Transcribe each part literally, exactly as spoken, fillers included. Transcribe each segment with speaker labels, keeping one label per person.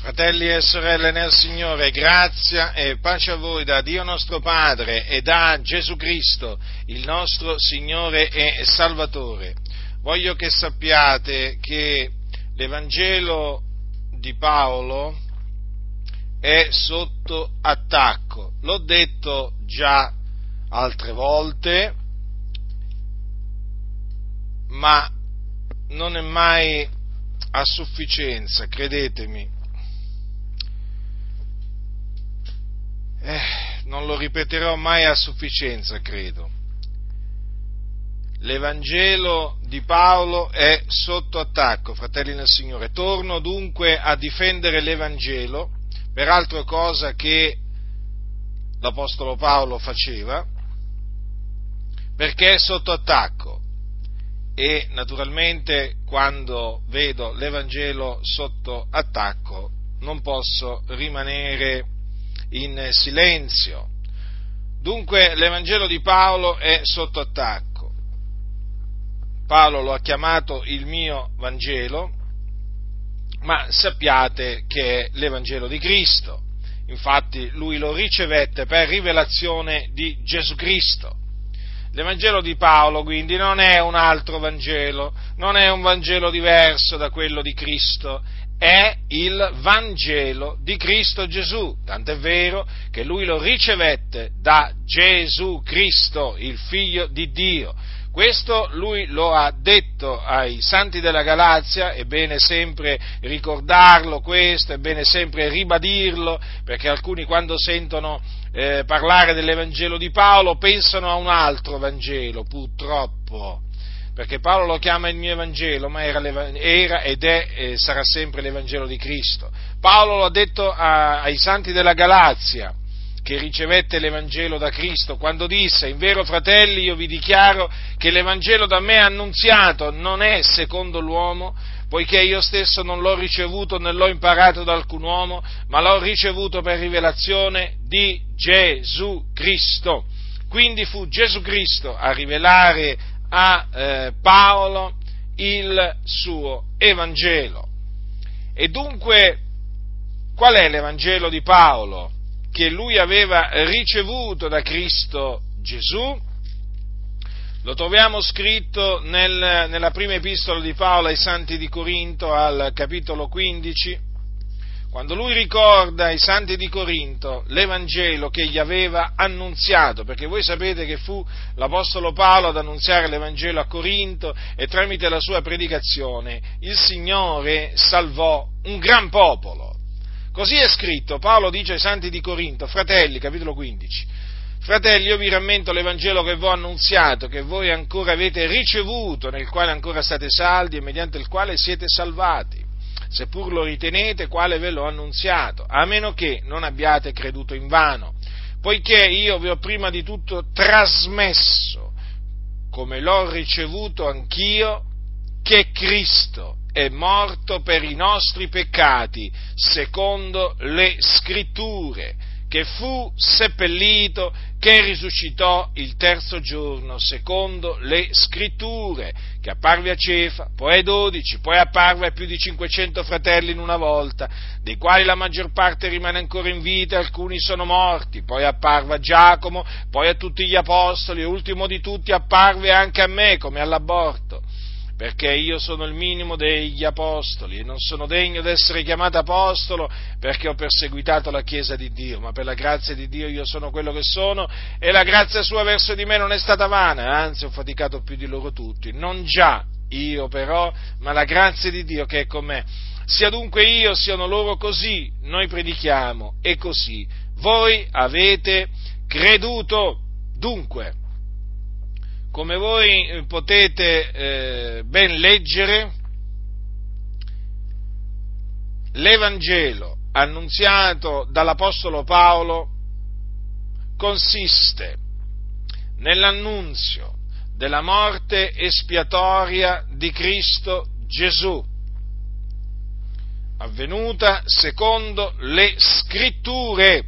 Speaker 1: Fratelli e sorelle nel Signore, grazia e pace a voi da Dio nostro Padre e da Gesù Cristo, il nostro Signore e Salvatore. Voglio che sappiate che l'Evangelo di Paolo è sotto attacco. L'ho detto già altre volte, ma non è mai a sufficienza, credetemi. Eh, non lo ripeterò mai a sufficienza, credo. L'Evangelo di Paolo è sotto attacco, fratelli nel Signore. Torno dunque a difendere l'Evangelo, peraltro cosa che l'Apostolo Paolo faceva, perché è sotto attacco. E naturalmente quando vedo l'Evangelo sotto attacco non posso rimanere in silenzio. Dunque l'Evangelo di Paolo è sotto attacco. Paolo lo ha chiamato il mio Vangelo, ma sappiate che è l'Evangelo di Cristo. Infatti lui lo ricevette per rivelazione di Gesù Cristo. L'Evangelo di Paolo quindi non è un altro Vangelo, non è un Vangelo diverso da quello di Cristo, è il Vangelo di Cristo Gesù, tant'è vero che lui lo ricevette da Gesù Cristo, il Figlio di Dio. Questo lui lo ha detto ai santi della Galazia, è bene sempre ricordarlo questo, è bene sempre ribadirlo, perché alcuni quando sentono eh, parlare dell'Evangelo di Paolo pensano a un altro Vangelo, purtroppo. Perché Paolo lo chiama il mio Evangelo, ma era, era ed è e sarà sempre l'Evangelo di Cristo. Paolo lo ha detto a, ai santi della Galazia, che ricevette l'Evangelo da Cristo, quando disse: in vero, fratelli, io vi dichiaro che l'Evangelo da me annunziato non è secondo l'uomo, poiché io stesso non l'ho ricevuto né l'ho imparato da alcun uomo, ma l'ho ricevuto per rivelazione di Gesù Cristo. Quindi fu Gesù Cristo a rivelare a eh, Paolo il suo Evangelo. E dunque, qual è l'Evangelo di Paolo che lui aveva ricevuto da Cristo Gesù? Lo troviamo scritto nel, nella prima epistola di Paolo ai Santi di Corinto, al capitolo quindici, quando lui ricorda ai Santi di Corinto l'Evangelo che gli aveva annunziato, perché voi sapete che fu l'Apostolo Paolo ad annunziare l'Evangelo a Corinto e tramite la sua predicazione il Signore salvò un gran popolo. Così è scritto, Paolo dice ai Santi di Corinto: fratelli, capitolo quindici, fratelli, io vi rammento l'Evangelo che vi ho annunziato, che voi ancora avete ricevuto, nel quale ancora state saldi e mediante il quale siete salvati, seppur lo ritenete quale ve l'ho annunziato, a meno che non abbiate creduto invano, poiché io vi ho prima di tutto trasmesso, come l'ho ricevuto anch'io, che Cristo è morto per i nostri peccati, secondo le Scritture, che fu seppellito, che risuscitò il terzo giorno, secondo le Scritture, che apparve a Cefa, poi ai dodici, poi apparve a più di cinquecento fratelli in una volta, dei quali la maggior parte rimane ancora in vita, alcuni sono morti, poi apparve a Giacomo, poi a tutti gli apostoli, e ultimo di tutti apparve anche a me, come all'aborto. Perché io sono il minimo degli apostoli e non sono degno d'essere chiamato apostolo perché ho perseguitato la Chiesa di Dio, ma per la grazia di Dio io sono quello che sono e la grazia sua verso di me non è stata vana, anzi ho faticato più di loro tutti, non già io però, ma la grazia di Dio che è con me. Sia dunque io, siano loro, così noi predichiamo e così voi avete creduto. Dunque, come voi potete eh, ben leggere, l'Evangelo annunziato dall'Apostolo Paolo consiste nell'annunzio della morte espiatoria di Cristo Gesù, avvenuta secondo le Scritture.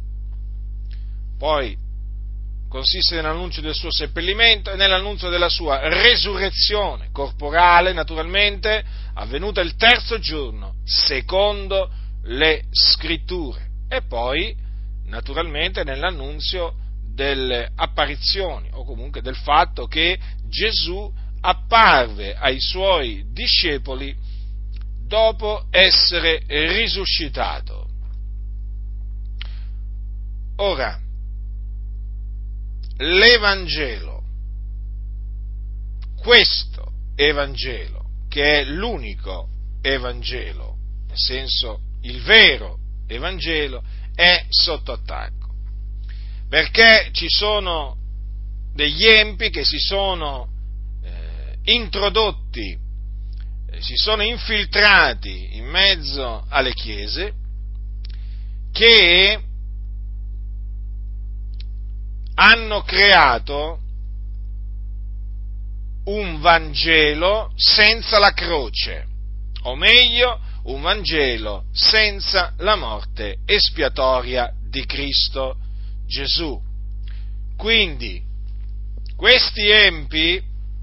Speaker 1: Poi consiste nell'annuncio del suo seppellimento e nell'annuncio della sua resurrezione corporale, naturalmente, avvenuta il terzo giorno, secondo le scritture, e poi naturalmente nell'annunzio delle apparizioni, o comunque del fatto che Gesù apparve ai suoi discepoli dopo essere risuscitato. Ora, l'Evangelo, questo Evangelo, che è l'unico Evangelo, nel senso il vero Evangelo, è sotto attacco, perché ci sono degli empi che si sono eh, introdotti, eh, si sono infiltrati in mezzo alle chiese, che hanno creato un Vangelo senza la croce, o meglio, un Vangelo senza la morte espiatoria di Cristo Gesù. Quindi, questi empi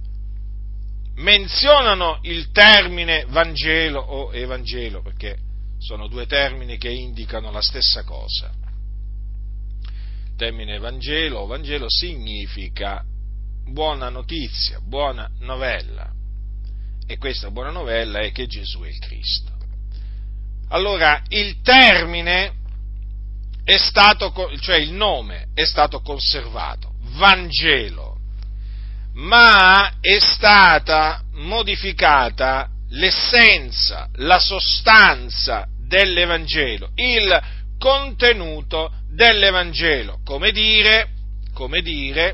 Speaker 1: menzionano il termine Vangelo o Evangelo, perché sono due termini che indicano la stessa cosa. Il termine Vangelo o Vangelo significa buona notizia, buona novella, e questa buona novella è che Gesù è il Cristo. Allora, il termine è stato, cioè il nome è stato conservato, Vangelo, ma è stata modificata l'essenza, la sostanza dell'Evangelo, il contenuto dell'Evangelo, come dire, come dire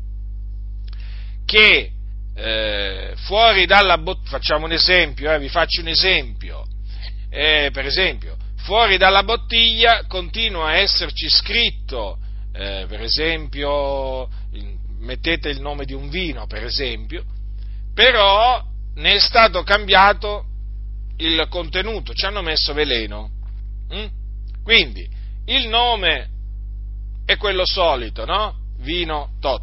Speaker 1: che eh, fuori dalla bottiglia, facciamo un esempio, eh, vi faccio un esempio, eh, per esempio, fuori dalla bottiglia continua a esserci scritto, eh, per esempio, mettete il nome di un vino, per esempio, però ne è stato cambiato il contenuto, ci hanno messo veleno. Mm? Quindi, il nome è quello solito, no? Vino tot.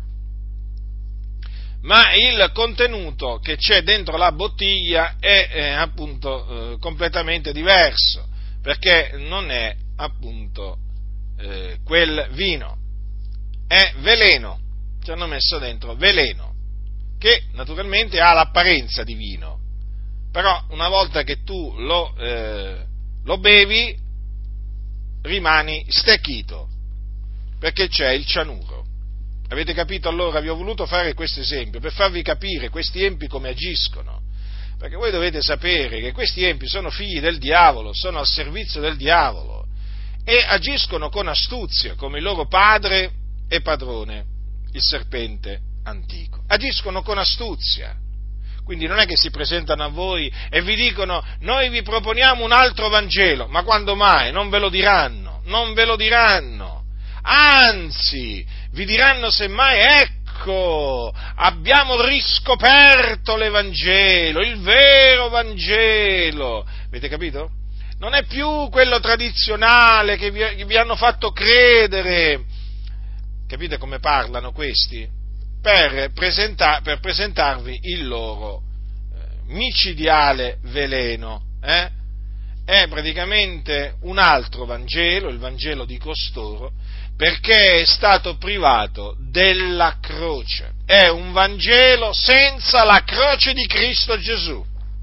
Speaker 1: Ma il contenuto che c'è dentro la bottiglia è eh, appunto eh, completamente diverso, perché non è appunto eh, quel vino, è veleno, ci hanno messo dentro veleno, che naturalmente ha l'apparenza di vino, però una volta che tu lo, eh, lo bevi rimani stecchito, perché c'è il cianuro. Avete capito? Allora vi ho voluto fare questo esempio per farvi capire questi empi come agiscono, perché voi dovete sapere che questi empi sono figli del diavolo, sono al servizio del diavolo e agiscono con astuzia come il loro padre e padrone, il serpente antico. Agiscono con astuzia, quindi non è che si presentano a voi e vi dicono: noi vi proponiamo un altro Vangelo, ma quando mai? Non ve lo diranno, non ve lo diranno, anzi vi diranno semmai: ecco, abbiamo riscoperto l'Evangelo, il vero Vangelo. Avete capito? Non è più quello tradizionale che vi, che vi hanno fatto credere. Capite come parlano questi? Per, presenta, per presentarvi il loro eh, micidiale veleno. Eh? È praticamente un altro Vangelo, il Vangelo di costoro, perché è stato privato della croce. È un Vangelo senza la croce di Cristo Gesù.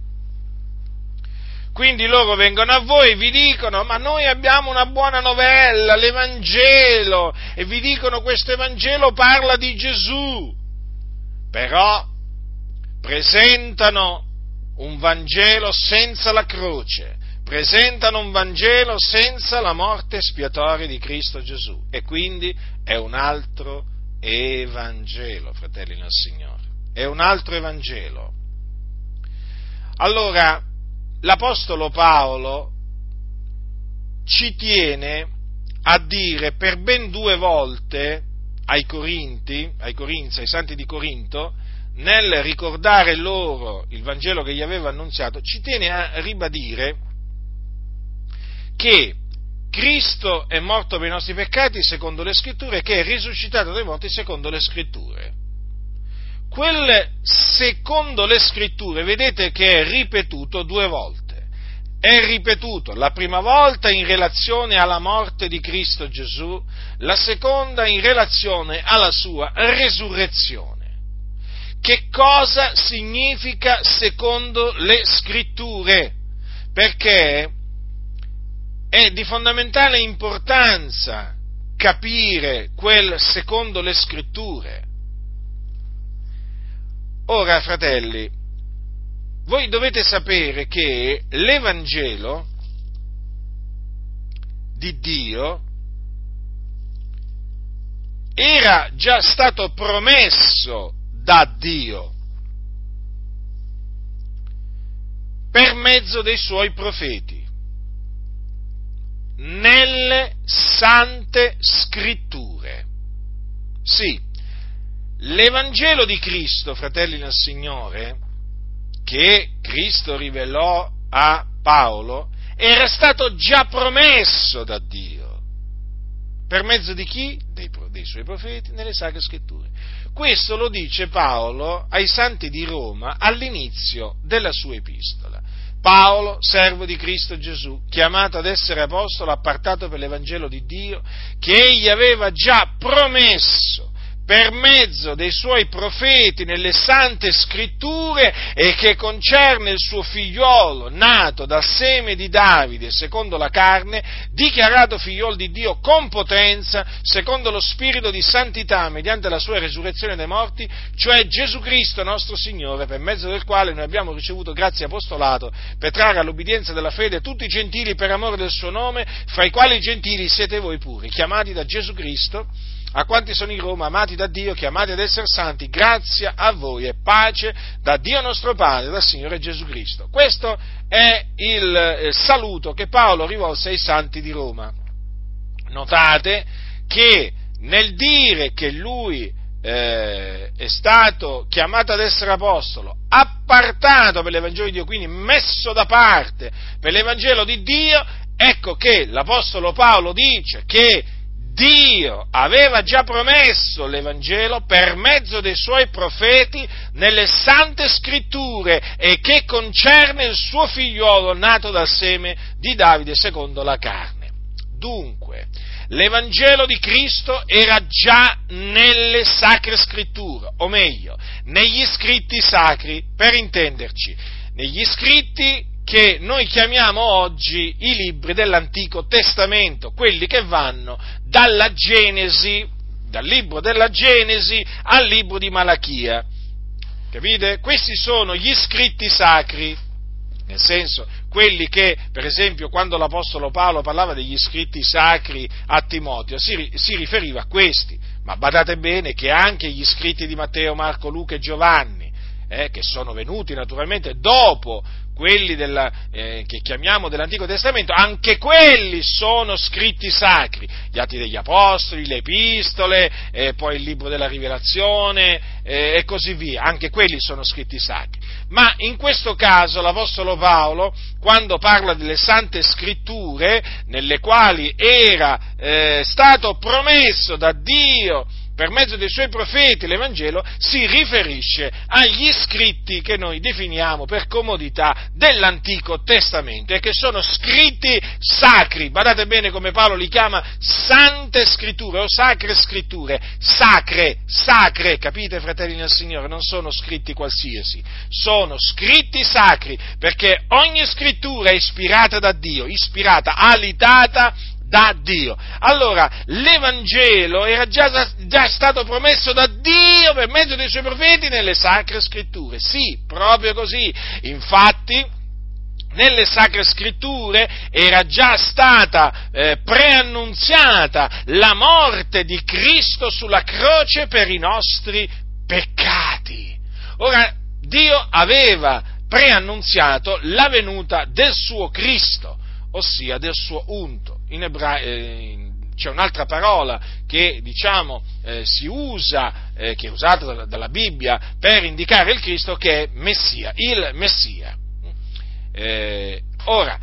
Speaker 1: Quindi loro vengono a voi e vi dicono: ma noi abbiamo una buona novella, l'Evangelo, e vi dicono: questo Evangelo parla di Gesù, però presentano un Vangelo senza la croce, presentano un Vangelo senza la morte espiatoria di Cristo Gesù, e quindi è un altro Evangelo, fratelli nel Signore, è un altro Evangelo. Allora, l'Apostolo Paolo ci tiene a dire per ben due volte ai Corinti, ai Corinzi, ai santi di Corinto, nel ricordare loro il Vangelo che gli aveva annunziato, ci tiene a ribadire che Cristo è morto per i nostri peccati secondo le Scritture e che è risuscitato dai morti secondo le Scritture. Quel secondo le Scritture, vedete che è ripetuto due volte. è ripetuto, la prima volta in relazione alla morte di Cristo Gesù, la seconda in relazione alla sua resurrezione. Che cosa significa secondo le Scritture? Perché è di fondamentale importanza capire quel secondo le Scritture. Ora, fratelli, voi dovete sapere che l'Evangelo di Dio era già stato promesso da Dio per mezzo dei suoi profeti nelle sante scritture. Sì, l'Evangelo di Cristo, fratelli nel Signore, che Cristo rivelò a Paolo, era stato già promesso da Dio. Per mezzo di chi? Dei, dei suoi profeti nelle sacre scritture. Questo lo dice Paolo ai santi di Roma all'inizio della sua epistola. Paolo, servo di Cristo Gesù, chiamato ad essere apostolo, appartato per l'Evangelo di Dio, che egli aveva già promesso per mezzo dei suoi profeti nelle sante scritture e che concerne il suo figliolo nato dal seme di Davide secondo la carne, dichiarato figliolo di Dio con potenza secondo lo spirito di santità mediante la sua resurrezione dai morti, cioè Gesù Cristo nostro Signore, per mezzo del quale noi abbiamo ricevuto grazia e apostolato per trarre all'obbedienza della fede tutti i gentili per amore del suo nome, fra i quali gentili siete voi pure, chiamati da Gesù Cristo, a quanti sono in Roma, amati da Dio, chiamati ad essere santi, grazia a voi e pace da Dio nostro Padre e dal Signore Gesù Cristo. Questo è il saluto che Paolo rivolse ai santi di Roma. Notate che nel dire che lui eh, è stato chiamato ad essere apostolo, appartato per l'Evangelo di Dio, quindi messo da parte per l'Evangelo di Dio, ecco che l'Apostolo Paolo dice che Dio aveva già promesso l'Evangelo per mezzo dei suoi profeti nelle sante scritture e che concerne il suo figliuolo nato dal seme di Davide secondo la carne. Dunque, l'Evangelo di Cristo era già nelle sacre scritture, o meglio, negli scritti sacri, per intenderci, negli scritti che noi chiamiamo oggi i libri dell'Antico Testamento, quelli che vanno dalla Genesi, dal libro della Genesi al libro di Malachia. Capite? Questi sono gli scritti sacri, nel senso, quelli che, per esempio, quando l'Apostolo Paolo parlava degli scritti sacri a Timoteo, si, si riferiva a questi, ma badate bene che anche gli scritti di Matteo, Marco, Luca e Giovanni, eh, che sono venuti naturalmente dopo quelli della, eh, che chiamiamo dell'Antico Testamento, anche quelli sono scritti sacri, gli Atti degli Apostoli, le Epistole, eh, poi il Libro della Rivelazione eh, e così via, anche quelli sono scritti sacri. Ma in questo caso l'Apostolo Paolo, quando parla delle Sante Scritture, nelle quali era eh, stato promesso da Dio per mezzo dei suoi profeti l'Evangelo, si riferisce agli scritti che noi definiamo per comodità dell'Antico Testamento e che sono scritti sacri. Badate bene come Paolo li chiama sante scritture o sacre scritture, sacre, sacre, capite fratelli nel Signore, non sono scritti qualsiasi, sono scritti sacri perché ogni scrittura è ispirata da Dio, ispirata, alitata da Dio. Allora, l'Evangelo era già, già stato promesso da Dio per mezzo dei suoi profeti nelle sacre scritture. Sì, proprio così. Infatti, nelle sacre scritture era già stata eh, preannunziata la morte di Cristo sulla croce per i nostri peccati. Ora, Dio aveva preannunziato la venuta del suo Cristo, ossia del suo unto. In ebraico eh, c'è un'altra parola che diciamo eh, si usa, eh, che è usata dalla, dalla Bibbia per indicare il Cristo, che è Messia, il Messia. Eh, ora,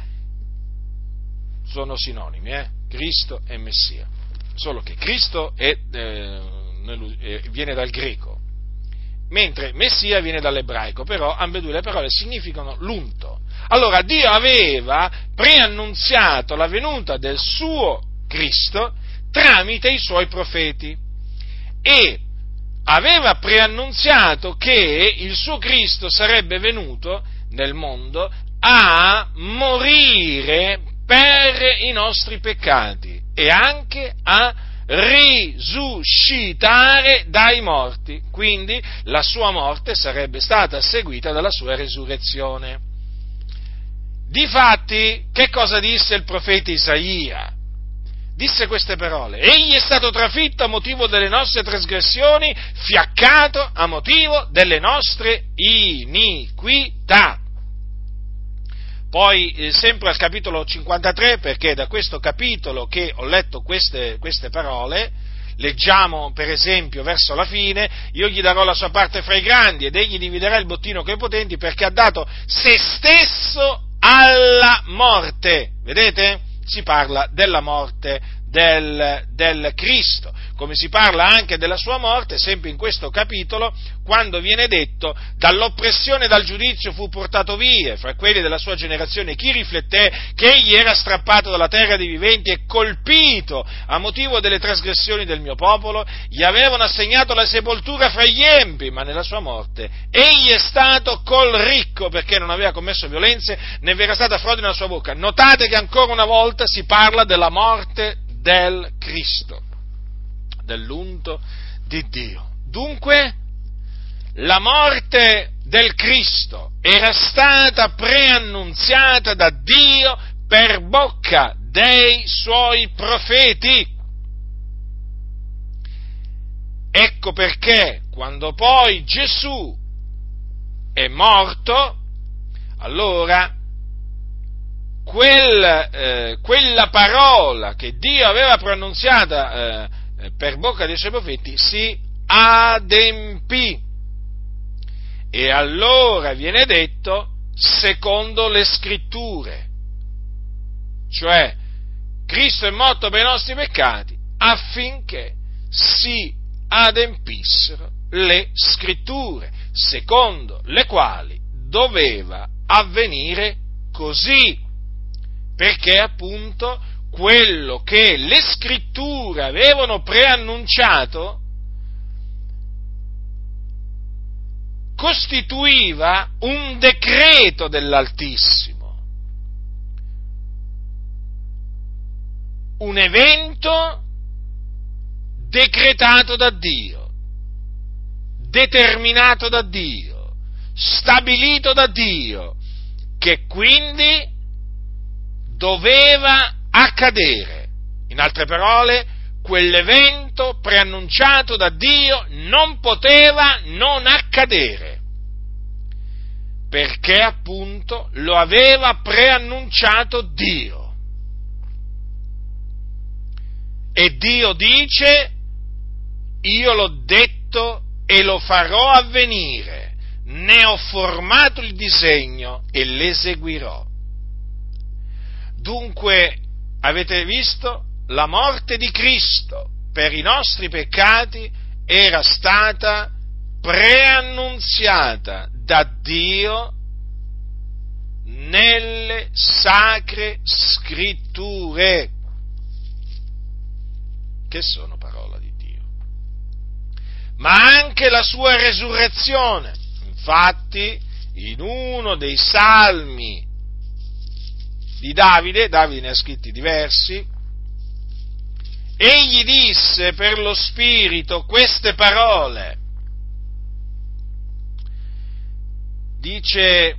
Speaker 1: sono sinonimi, eh? Cristo e Messia, solo che Cristo è, eh, viene dal greco mentre Messia viene dall'ebraico, però ambedue le parole significano l'unto. Allora Dio aveva preannunziato la venuta del suo Cristo tramite i suoi profeti e aveva preannunziato che il suo Cristo sarebbe venuto nel mondo a morire per i nostri peccati e anche a risuscitare dai morti, quindi la sua morte sarebbe stata seguita dalla sua resurrezione. Difatti, che cosa disse il profeta Isaia? Disse queste parole: egli è stato trafitto a motivo delle nostre trasgressioni, fiaccato a motivo delle nostre iniquità. Poi, eh, sempre al capitolo cinquantatré, perché è da questo capitolo che ho letto queste, queste parole, leggiamo per esempio verso la fine: io gli darò la sua parte fra i grandi ed egli dividerà il bottino coi potenti, perché ha dato se stesso alla morte. Vedete? Si parla della morte del, del Cristo, come si parla anche della sua morte, sempre in questo capitolo, quando viene detto: dall'oppressione e dal giudizio fu portato via, fra quelli della sua generazione chi rifletté che egli era strappato dalla terra dei viventi e colpito a motivo delle trasgressioni del mio popolo, gli avevano assegnato la sepoltura fra gli empi, ma nella sua morte egli è stato col ricco, perché non aveva commesso violenze, né vi era stata frode nella sua bocca. Notate che ancora una volta si parla della morte del Cristo, dell'unto di Dio. Dunque, la morte del Cristo era stata preannunziata da Dio per bocca dei suoi profeti. Ecco perché, quando poi Gesù è morto, allora Quel, eh, quella parola che Dio aveva preannunziata eh, per bocca dei suoi profeti si adempì, e allora viene detto secondo le scritture, cioè Cristo è morto per i nostri peccati affinché si adempissero le scritture, secondo le quali doveva avvenire così. Perché appunto quello che le scritture avevano preannunciato costituiva un decreto dell'Altissimo, un evento decretato da Dio, determinato da Dio, stabilito da Dio, che quindi doveva accadere. In altre parole, quell'evento preannunciato da Dio non poteva non accadere, perché appunto lo aveva preannunciato Dio. E Dio dice: io l'ho detto e lo farò avvenire, ne ho formato il disegno e l'eseguirò. Dunque, avete visto, la morte di Cristo per i nostri peccati era stata preannunziata da Dio nelle sacre scritture, che sono parola di Dio, ma anche la sua resurrezione. Infatti, in uno dei salmi di Davide, Davide ne ha scritti diversi, egli disse per lo Spirito queste parole, dice: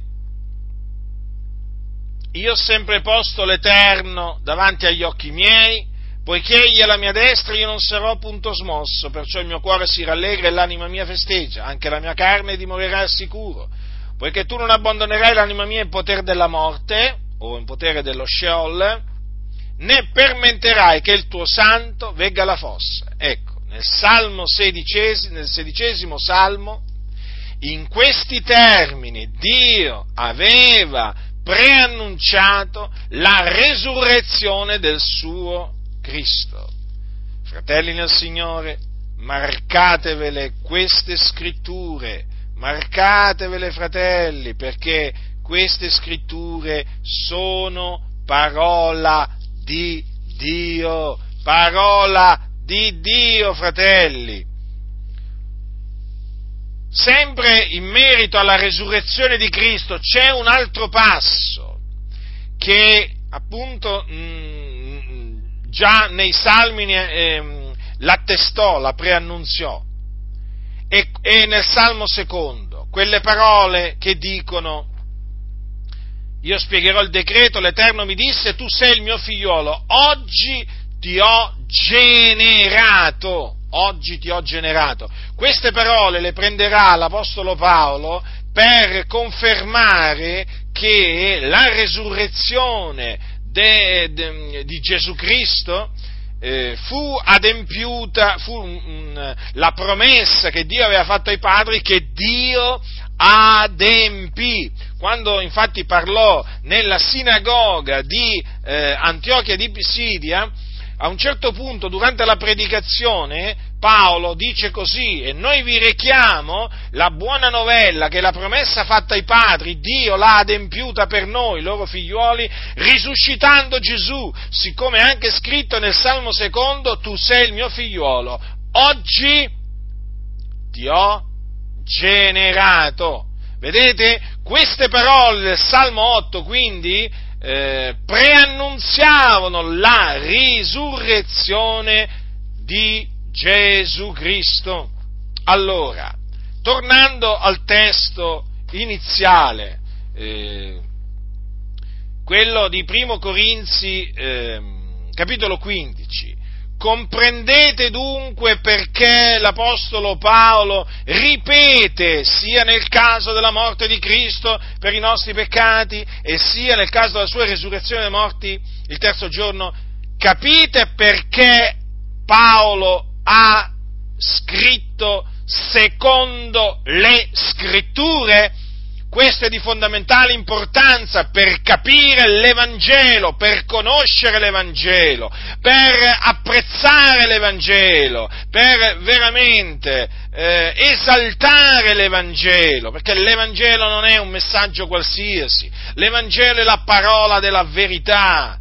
Speaker 1: io ho sempre posto l'Eterno davanti agli occhi miei, poiché egli è alla mia destra io non sarò punto smosso, perciò il mio cuore si rallegra e l'anima mia festeggia, anche la mia carne dimorerà al sicuro, poiché tu non abbandonerai l'anima mia in potere della morte, o in potere dello Sheol, né permetterai che il tuo santo vegga alla fossa. Ecco, nel Salmo sedicesimo, nel sedicesimo Salmo, in questi termini Dio aveva preannunciato la resurrezione del suo Cristo. Fratelli nel Signore, marcatevele queste scritture, marcatevele, fratelli, perché queste scritture sono parola di Dio, parola di Dio, fratelli. Sempre in merito alla resurrezione di Cristo c'è un altro passo che appunto mh, già nei Salmi eh, l'attestò, la preannunziò, e, e nel Salmo secondo, quelle parole che dicono: io spiegherò il decreto, l'Eterno mi disse, tu sei il mio figliolo, oggi ti ho generato, oggi ti ho generato. Queste parole le prenderà l'Apostolo Paolo per confermare che la resurrezione de, de, di Gesù Cristo eh, fu adempiuta, fu mh, la promessa che Dio aveva fatto ai padri, che Dio adempì. Quando infatti parlò nella sinagoga di eh, Antiochia di Pisidia, a un certo punto durante la predicazione Paolo dice così: e noi vi rechiamo la buona novella che la promessa fatta ai padri Dio l'ha adempiuta per noi, loro figliuoli, risuscitando Gesù, siccome è anche scritto nel Salmo secondo: tu sei il mio figliuolo, oggi ti ho generato. Vedete? Queste parole del Salmo otto quindi eh, preannunziavano la risurrezione di Gesù Cristo. Allora, tornando al testo iniziale, eh, quello di Primo Corinzi, eh, capitolo quindici, comprendete dunque perché l'Apostolo Paolo ripete, sia nel caso della morte di Cristo per i nostri peccati e sia nel caso della sua risurrezione dai morti il terzo giorno, capite perché Paolo ha scritto secondo le Scritture? Questo è di fondamentale importanza per capire l'Evangelo, per conoscere l'Evangelo, per apprezzare l'Evangelo, per veramente eh, esaltare l'Evangelo, perché l'Evangelo non è un messaggio qualsiasi, l'Evangelo è la parola della verità,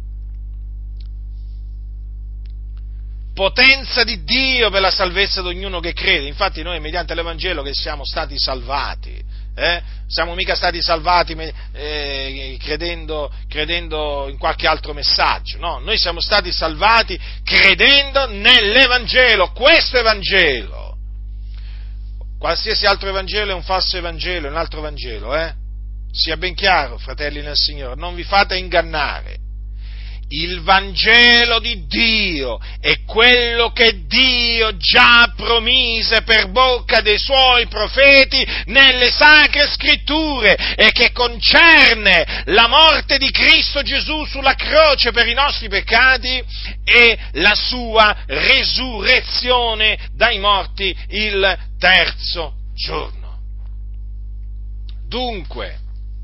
Speaker 1: potenza di Dio per la salvezza di ognuno che crede. Infatti noi mediante l'Evangelo che siamo stati salvati, eh? Siamo mica stati salvati eh, credendo, credendo in qualche altro messaggio, no, noi siamo stati salvati credendo nell'Evangelo, questo Evangelo. Qualsiasi altro Evangelo è un falso Evangelo, è un altro Vangelo, eh? Sia ben chiaro, fratelli nel Signore, non vi fate ingannare. Il Vangelo di Dio è quello che Dio già promise per bocca dei suoi profeti nelle Sacre Scritture e che concerne la morte di Cristo Gesù sulla croce per i nostri peccati e la sua resurrezione dai morti il terzo giorno. Dunque,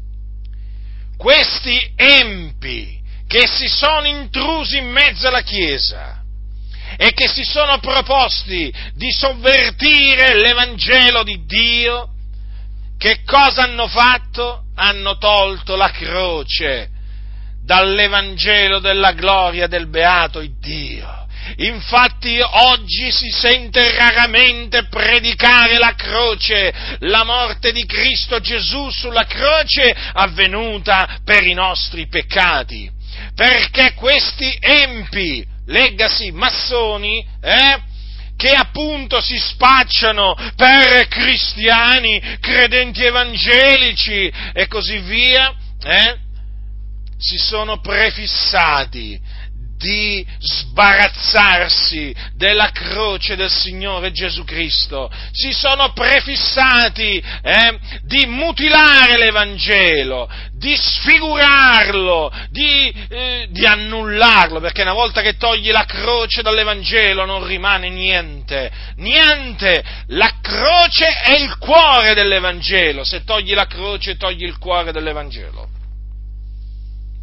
Speaker 1: questi empi che si sono intrusi in mezzo alla Chiesa e che si sono proposti di sovvertire l'Evangelo di Dio, che cosa hanno fatto? Hanno tolto la croce dall'Evangelo della gloria del beato Dio. Infatti oggi si sente raramente predicare la croce, la morte di Cristo Gesù sulla croce avvenuta per i nostri peccati. Perché questi empi, leggasi massoni, eh, che appunto si spacciano per cristiani, credenti evangelici e così via, eh, si sono prefissati di sbarazzarsi della croce del Signore Gesù Cristo, si sono prefissati eh, di mutilare l'Evangelo, di sfigurarlo, di, eh, di annullarlo, perché una volta che togli la croce dall'Evangelo non rimane niente, niente, la croce è il cuore dell'Evangelo, se togli la croce togli il cuore dell'Evangelo.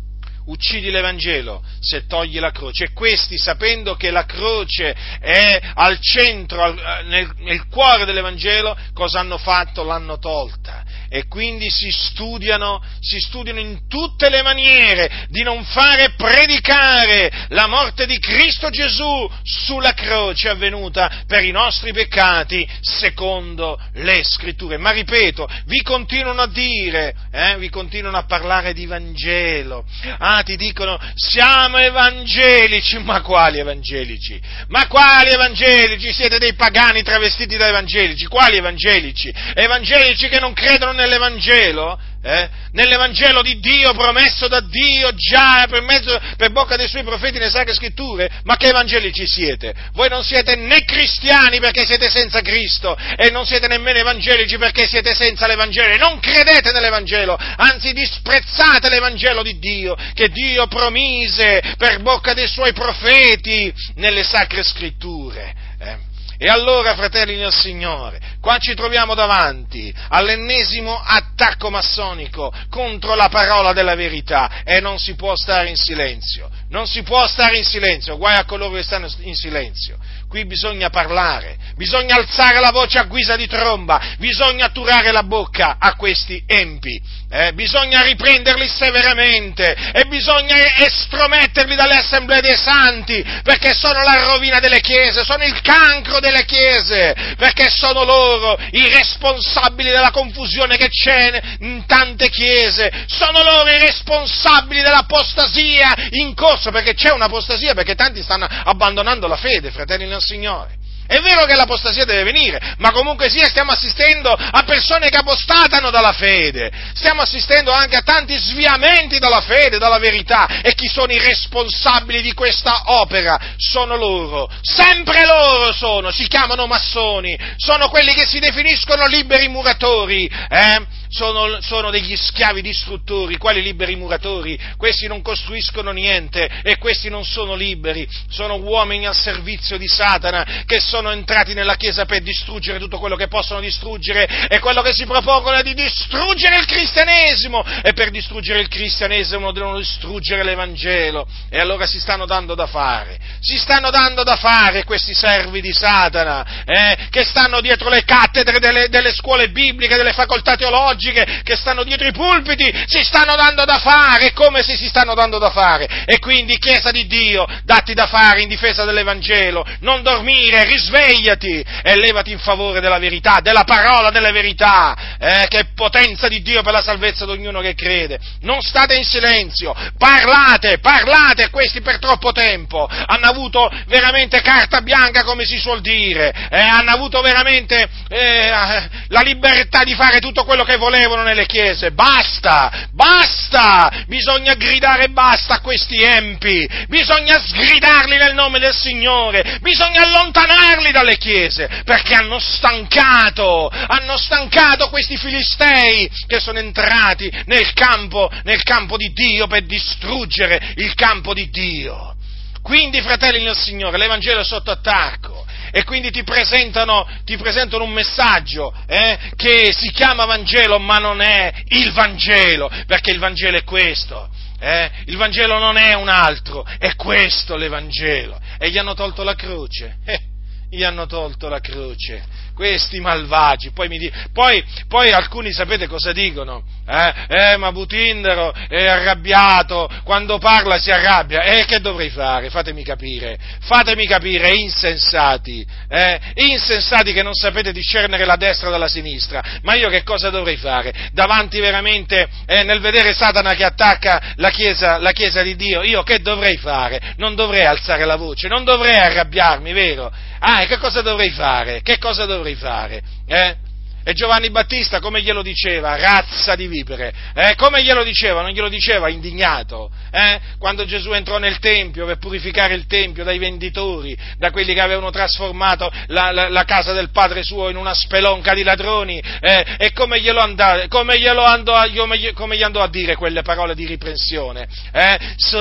Speaker 1: uccidi l'Evangelo se togli la croce. E questi, sapendo che la croce è al centro, al, nel, nel cuore dell'Evangelo, cosa hanno fatto? L'hanno tolta. E quindi si studiano, si studiano in tutte le maniere di non fare predicare la morte di Cristo Gesù sulla croce avvenuta per i nostri peccati, secondo le Scritture. Ma ripeto, vi continuano a dire, eh, vi continuano a parlare di Vangelo. Ah, ti dicono, siamo evangelici. Ma quali evangelici? Ma quali evangelici? Siete dei pagani travestiti da evangelici. Quali evangelici? Evangelici che non credono nell'Evangelo? Eh? Nell'Evangelo di Dio, promesso da Dio già per, mezzo, per bocca dei suoi profeti nelle Sacre Scritture? Ma che evangelici siete? Voi non siete né cristiani perché siete senza Cristo, e non siete nemmeno evangelici perché siete senza l'Evangelo, e non credete nell'Evangelo, anzi disprezzate l'Evangelo di Dio, che Dio promise per bocca dei suoi profeti nelle Sacre Scritture. Eh? E allora, fratelli del Signore, qua ci troviamo davanti all'ennesimo attacco massonico contro la parola della verità, e non si può stare in silenzio, non si può stare in silenzio, guai a coloro che stanno in silenzio. Qui bisogna parlare, bisogna alzare la voce a guisa di tromba, bisogna turare la bocca a questi empi, eh? Bisogna riprenderli severamente e bisogna estrometterli dalle assemblee dei santi, perché sono la rovina delle chiese, sono il cancro delle chiese, perché sono loro i responsabili della confusione che c'è in tante chiese, sono loro i responsabili dell'apostasia in corso, perché c'è un'apostasia, perché tanti stanno abbandonando la fede, fratelli del Signore. È vero che l'apostasia deve venire, ma comunque sia stiamo assistendo a persone che apostatano dalla fede, stiamo assistendo anche a tanti sviamenti dalla fede, dalla verità, e chi sono i responsabili di questa opera? Sono loro, sempre loro sono, si chiamano massoni, sono quelli che si definiscono liberi muratori, eh? Sono, sono degli schiavi distruttori. Quali liberi muratori? Questi non costruiscono niente e questi non sono liberi, sono uomini al servizio di Satana che sono entrati nella Chiesa per distruggere tutto quello che possono distruggere, e quello che si propongono è di distruggere il cristianesimo, e per distruggere il cristianesimo devono distruggere l'Evangelo, e allora si stanno dando da fare, si stanno dando da fare questi servi di Satana, eh, che stanno dietro le cattedre delle, delle scuole bibliche, delle facoltà teologiche, che stanno dietro i pulpiti, si stanno dando da fare, come se si stanno dando da fare. E quindi, Chiesa di Dio, datti da fare in difesa dell'Evangelo, non dormire, risvegliati e levati in favore della verità, della parola della verità, eh, che è potenza di Dio per la salvezza di ognuno che crede. Non state in silenzio, parlate, parlate. Questi per troppo tempo hanno avuto veramente carta bianca, come si suol dire, eh, hanno avuto veramente eh, la libertà di fare tutto quello che volevano nelle chiese. Basta, basta, bisogna gridare basta a questi empi, bisogna sgridarli nel nome del Signore, bisogna allontanarli dalle chiese, perché hanno stancato, hanno stancato questi filistei che sono entrati nel campo, nel campo di Dio per distruggere il campo di Dio. Quindi, fratelli del Signore, l'Evangelo è sotto attacco, e quindi ti presentano, ti presentano un messaggio eh, che si chiama Vangelo, ma non è il Vangelo, perché il Vangelo è questo, eh? Il Vangelo non è un altro, è questo l'Evangelo, e gli hanno tolto la croce, eh, gli hanno tolto la croce, questi malvagi. Poi, mi di, poi, poi alcuni sapete cosa dicono? Eh, eh ma Butindaro è arrabbiato, quando parla si arrabbia, e eh, che dovrei fare? Fatemi capire, fatemi capire, insensati, eh, insensati che non sapete discernere la destra dalla sinistra, ma io che cosa dovrei fare? Davanti veramente, eh, nel vedere Satana che attacca la Chiesa, la Chiesa di Dio, io che dovrei fare? Non dovrei alzare la voce, non dovrei arrabbiarmi, vero? Ah, e che cosa dovrei fare? Che cosa dovrei fare? Eh? E Giovanni Battista come glielo diceva? Razza di vipere, eh? Come glielo diceva? Non glielo diceva indignato, eh? Quando Gesù entrò nel Tempio per purificare il Tempio dai venditori, da quelli che avevano trasformato la, la, la casa del Padre suo in una spelonca di ladroni, eh? E come glielo andò, come glielo andò a, come gli andò a dire quelle parole di riprensione, eh?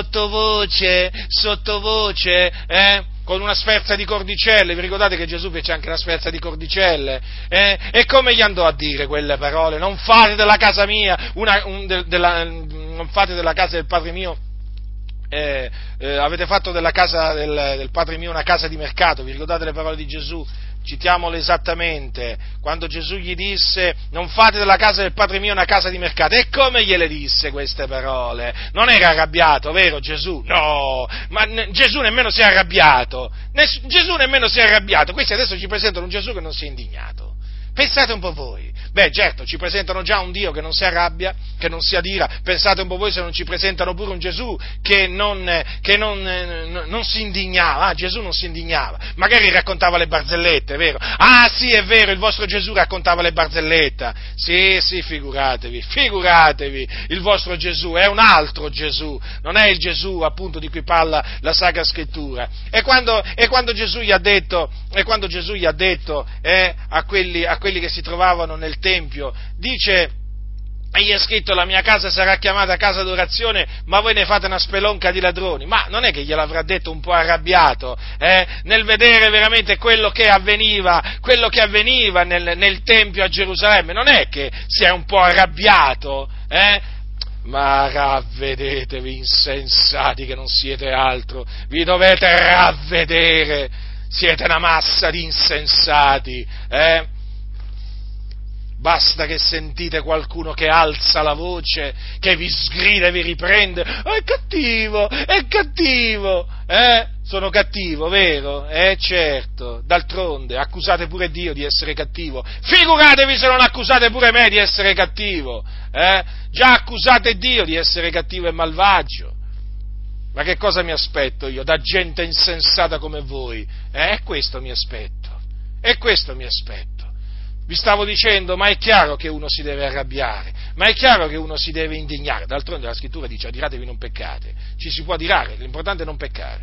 Speaker 1: Sottovoce, sottovoce, eh? Con una sferza di cordicelle. Vi ricordate che Gesù fece anche una sferza di cordicelle? Eh? E come gli andò a dire quelle parole? Non fate della casa mia, una, un, de, della, non fate della casa del Padre mio Eh, eh, avete fatto della casa del, del Padre mio una casa di mercato, vi ricordate le parole di Gesù? Citiamole esattamente, quando Gesù gli disse: non fate della casa del Padre mio una casa di mercato. E come gliele disse queste parole? Non era arrabbiato, vero Gesù? No, ma ne, Gesù nemmeno si è arrabbiato, Ness- Gesù nemmeno si è arrabbiato. Questi adesso ci presentano un Gesù che non si è indignato. Pensate un po' voi. Beh, certo, ci presentano già un Dio che non si arrabbia, che non si adira. Pensate un po' voi se non ci presentano pure un Gesù che non, che non, non si indignava. Ah, Gesù non si indignava. Magari raccontava le barzellette, è vero? Ah, sì, è vero, il vostro Gesù raccontava le barzellette. Sì, sì, figuratevi, figuratevi. Il vostro Gesù è un altro Gesù. Non è il Gesù, appunto, di cui parla la Sacra Scrittura. E quando, e quando Gesù gli ha detto, e quando Gesù gli ha detto eh, a quelli, a quelli che si trovavano nel Tempio, dice: egli è scritto, la mia casa sarà chiamata casa d'orazione, ma voi ne fate una spelonca di ladroni. Ma non è che gliel'avrà detto un po' arrabbiato, eh? Nel vedere veramente quello che avveniva, quello che avveniva nel, nel Tempio a Gerusalemme, non è che si è un po' arrabbiato, eh? Ma ravvedetevi, insensati che non siete altro, vi dovete ravvedere, siete una massa di insensati, eh? Basta che sentite qualcuno che alza la voce, che vi sgrida e vi riprende: oh, è cattivo, è cattivo, eh? Sono cattivo, vero? Eh certo, d'altronde accusate pure Dio di essere cattivo, figuratevi se non accusate pure me di essere cattivo, eh? Già accusate Dio di essere cattivo e malvagio. Ma che cosa mi aspetto io da gente insensata come voi? Eh? E questo mi aspetto, e questo mi aspetto. Vi stavo dicendo, ma è chiaro che uno si deve arrabbiare, ma è chiaro che uno si deve indignare. D'altronde la Scrittura dice: adiratevi, non peccate. Ci si può adirare, l'importante è non peccare.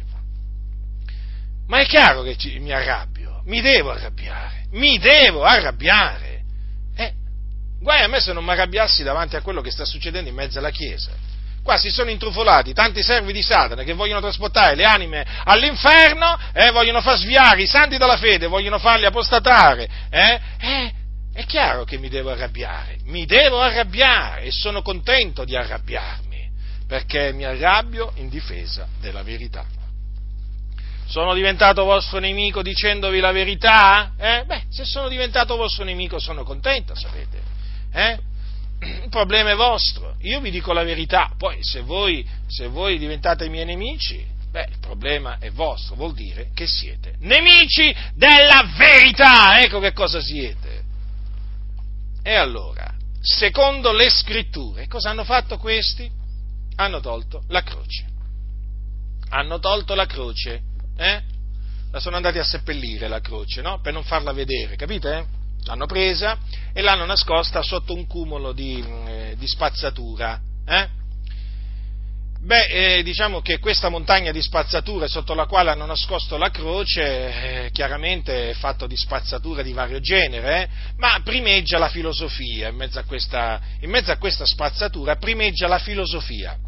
Speaker 1: Ma è chiaro che ci, mi arrabbio, mi devo arrabbiare, mi devo arrabbiare. Eh, guai a me se non mi arrabbiassi davanti a quello che sta succedendo in mezzo alla Chiesa. Qua si sono intrufolati tanti servi di Satana che vogliono trasportare le anime all'inferno, eh, vogliono far sviare i santi dalla fede, vogliono farli apostatare, eh, eh, è chiaro che mi devo arrabbiare, mi devo arrabbiare e sono contento di arrabbiarmi, perché mi arrabbio in difesa della verità. Sono diventato vostro nemico dicendovi la verità? Eh? Beh, se sono diventato vostro nemico sono contento, sapete, eh? Il problema è vostro, io vi dico la verità, poi se voi, se voi diventate miei nemici, beh, il problema è vostro, vuol dire che siete nemici della verità, ecco che cosa siete. E allora, secondo le Scritture, cosa hanno fatto questi? Hanno tolto la croce, hanno tolto la croce, eh? La sono andati a seppellire la croce, no? Per non farla vedere, capite? Eh? L'hanno presa e l'hanno nascosta sotto un cumulo di, eh, di spazzatura. Eh? Beh, eh, diciamo che questa montagna di spazzatura sotto la quale hanno nascosto la croce, eh, chiaramente è fatto di spazzatura di vario genere, eh? Ma primeggia la filosofia, in mezzo a questa, in mezzo a questa spazzatura primeggia la filosofia.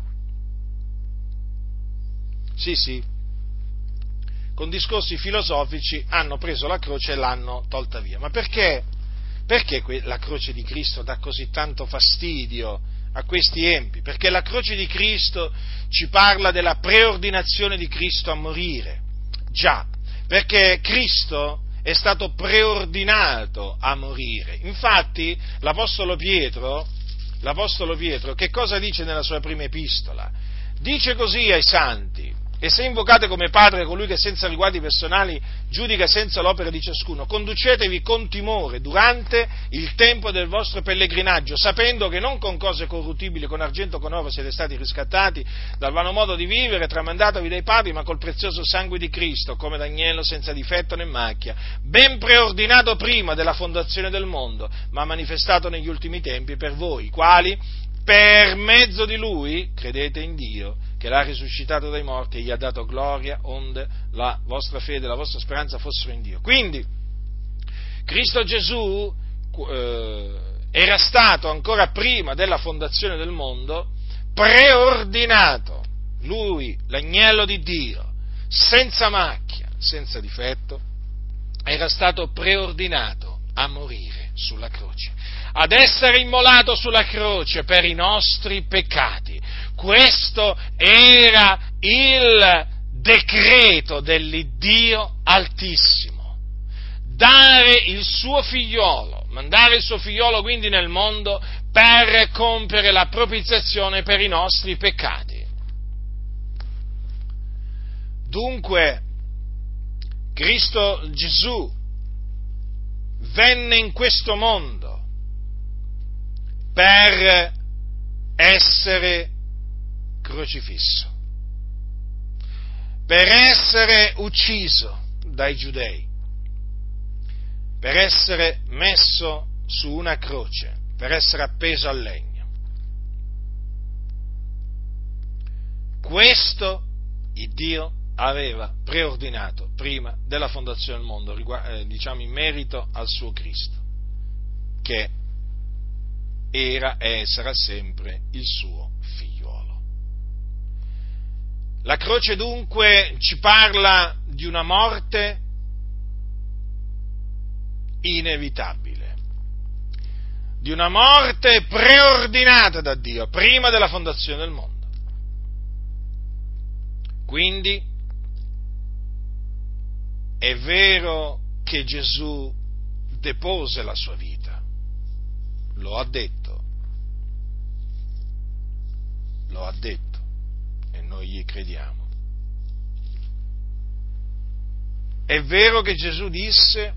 Speaker 1: Sì, sì. Con discorsi filosofici hanno preso la croce e l'hanno tolta via. Ma perché? Perché la croce di Cristo dà così tanto fastidio a questi empi? Perché la croce di Cristo ci parla della preordinazione di Cristo a morire. Già, perché Cristo è stato preordinato a morire. Infatti, l'Apostolo Pietro, l'Apostolo Pietro, che cosa dice nella sua prima epistola? Dice così ai santi: e se invocate come Padre colui che senza riguardi personali giudica senza l'opera di ciascuno, conducetevi con timore durante il tempo del vostro pellegrinaggio, sapendo che non con cose corruttibili, con argento o con oro siete stati riscattati dal vano modo di vivere tramandatovi dai padri, ma col prezioso sangue di Cristo, come d'agnello senza difetto né macchia, ben preordinato prima della fondazione del mondo, ma manifestato negli ultimi tempi per voi, quali per mezzo di Lui credete in Dio, che l'ha risuscitato dai morti e gli ha dato gloria, onde la vostra fede e la vostra speranza fossero in Dio. Quindi, Cristo Gesù eh, era stato ancora prima della fondazione del mondo preordinato, Lui, l'agnello di Dio, senza macchia, senza difetto, era stato preordinato a morire sulla croce, ad essere immolato sulla croce per i nostri peccati. Questo era il decreto dell'Iddio Altissimo, dare il suo figliolo, mandare il suo figliolo quindi nel mondo per compiere la propiziazione per i nostri peccati. Dunque, Cristo Gesù venne in questo mondo per essere crocifisso, per essere ucciso dai giudei, per essere messo su una croce, per essere appeso al legno. Questo il Dio aveva preordinato prima della fondazione del mondo, eh, diciamo in merito al suo Cristo, che era e sarà sempre il suo figliuolo. La croce dunque ci parla di una morte inevitabile, di una morte preordinata da Dio prima della fondazione del mondo. Quindi è vero che Gesù depose la sua vita, lo ha detto, lo ha detto e noi gli crediamo. È vero che Gesù disse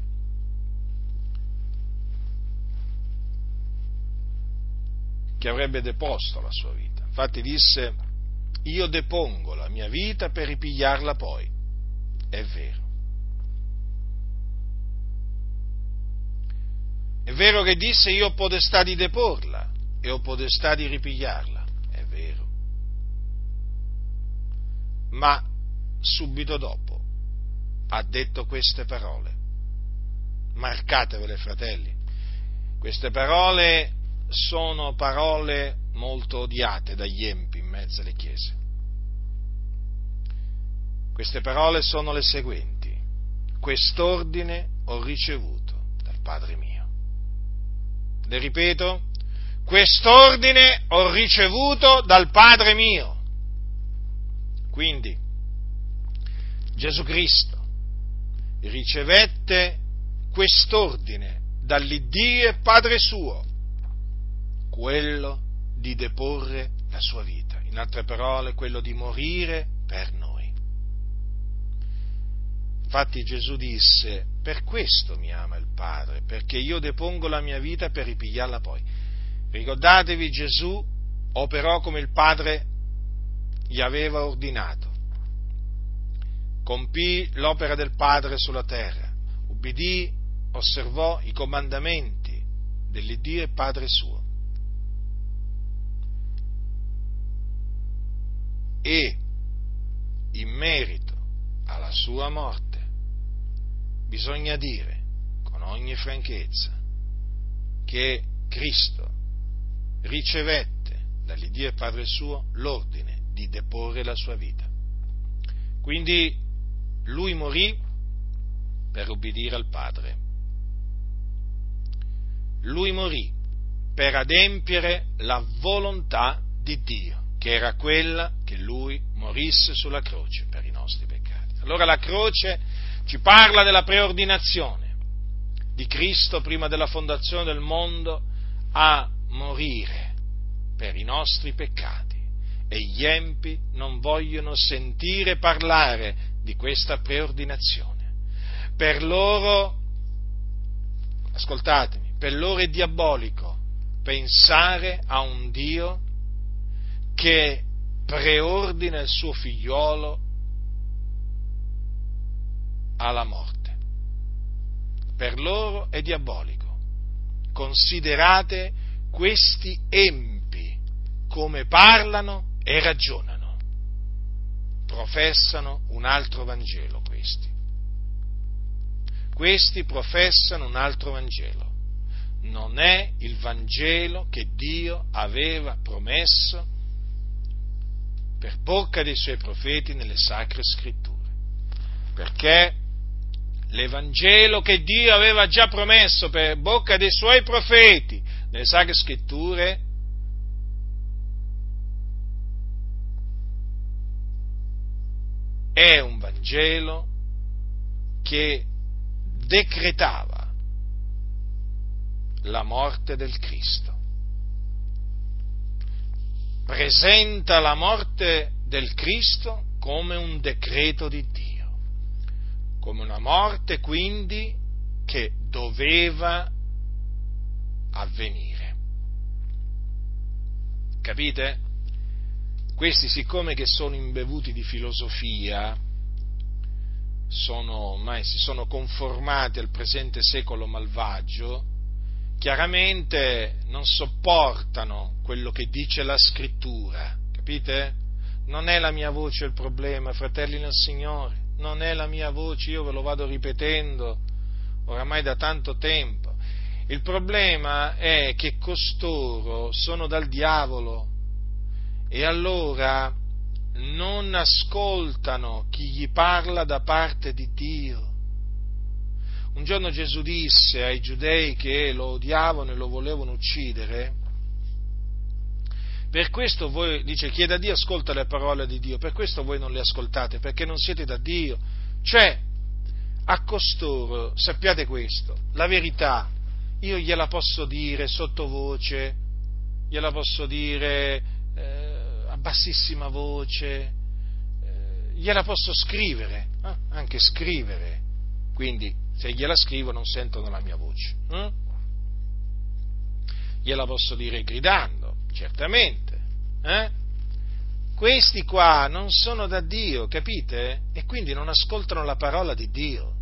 Speaker 1: che avrebbe deposto la sua vita, infatti disse: io depongo la mia vita per ripigliarla poi. È vero. È vero che disse: io ho potestà di deporla e ho potestà di ripigliarla. È vero. Ma subito dopo ha detto queste parole. Marcatevele, fratelli. Queste parole sono parole molto odiate dagli empi in mezzo alle chiese. Queste parole sono le seguenti: quest'ordine ho ricevuto dal Padre mio. Le ripeto, quest'ordine ho ricevuto dal Padre mio. Quindi Gesù Cristo ricevette quest'ordine dall'Iddio e Padre suo, quello di deporre la sua vita, in altre parole, quello di morire per noi. Infatti Gesù disse: per questo mi ama il Padre, perché io depongo la mia vita per ripigliarla poi. Ricordatevi, Gesù operò come il Padre gli aveva ordinato, compì l'opera del Padre sulla terra, ubbidì, osservò i comandamenti dell'Iddio e Padre suo. E in merito alla sua morte bisogna dire con ogni franchezza che Cristo ricevette dall'Iddio e Padre suo l'ordine di deporre la sua vita. Quindi lui morì per ubbidire al Padre. Lui morì per adempiere la volontà di Dio, che era quella che lui morisse sulla croce per i nostri peccati. Allora la croce ci parla della preordinazione di Cristo prima della fondazione del mondo a morire per i nostri peccati, e gli empi non vogliono sentire parlare di questa preordinazione. Per loro, ascoltatemi, per loro è diabolico pensare a un Dio che preordina il suo figliolo alla morte. Per loro è diabolico. Considerate questi empi come parlano e ragionano. Professano un altro Vangelo questi. Questi professano un altro Vangelo. Non è il Vangelo che Dio aveva promesso per bocca dei suoi profeti nelle Sacre Scritture. Perché l'Evangelo che Dio aveva già promesso per bocca dei suoi profeti nelle Sacre Scritture è un Vangelo che decretava la morte del Cristo. Presenta la morte del Cristo come un decreto di Dio, come una morte quindi che doveva avvenire. Capite? Questi, siccome che sono imbevuti di filosofia, sono ormai si sono conformati al presente secolo malvagio, chiaramente non sopportano quello che dice la Scrittura, capite? Non è la mia voce il problema, fratelli nel Signore, non è la mia voce, io ve lo vado ripetendo oramai da tanto tempo. Il problema è che costoro sono dal diavolo e allora non ascoltano chi gli parla da parte di Dio. Un giorno Gesù disse ai giudei che lo odiavano e lo volevano uccidere: per questo voi, dice, chi è da Dio ascolta le parole di Dio, per questo voi non le ascoltate, perché non siete da Dio. Cioè, a costoro, sappiate questo, la verità, io gliela posso dire sottovoce, gliela posso dire eh, a bassissima voce, eh, gliela posso scrivere, eh, anche scrivere, quindi se gliela scrivo non sentono la mia voce. Eh? Gliela posso dire gridando, certamente. Eh? Questi qua non sono da Dio, capite? E quindi non ascoltano la parola di Dio.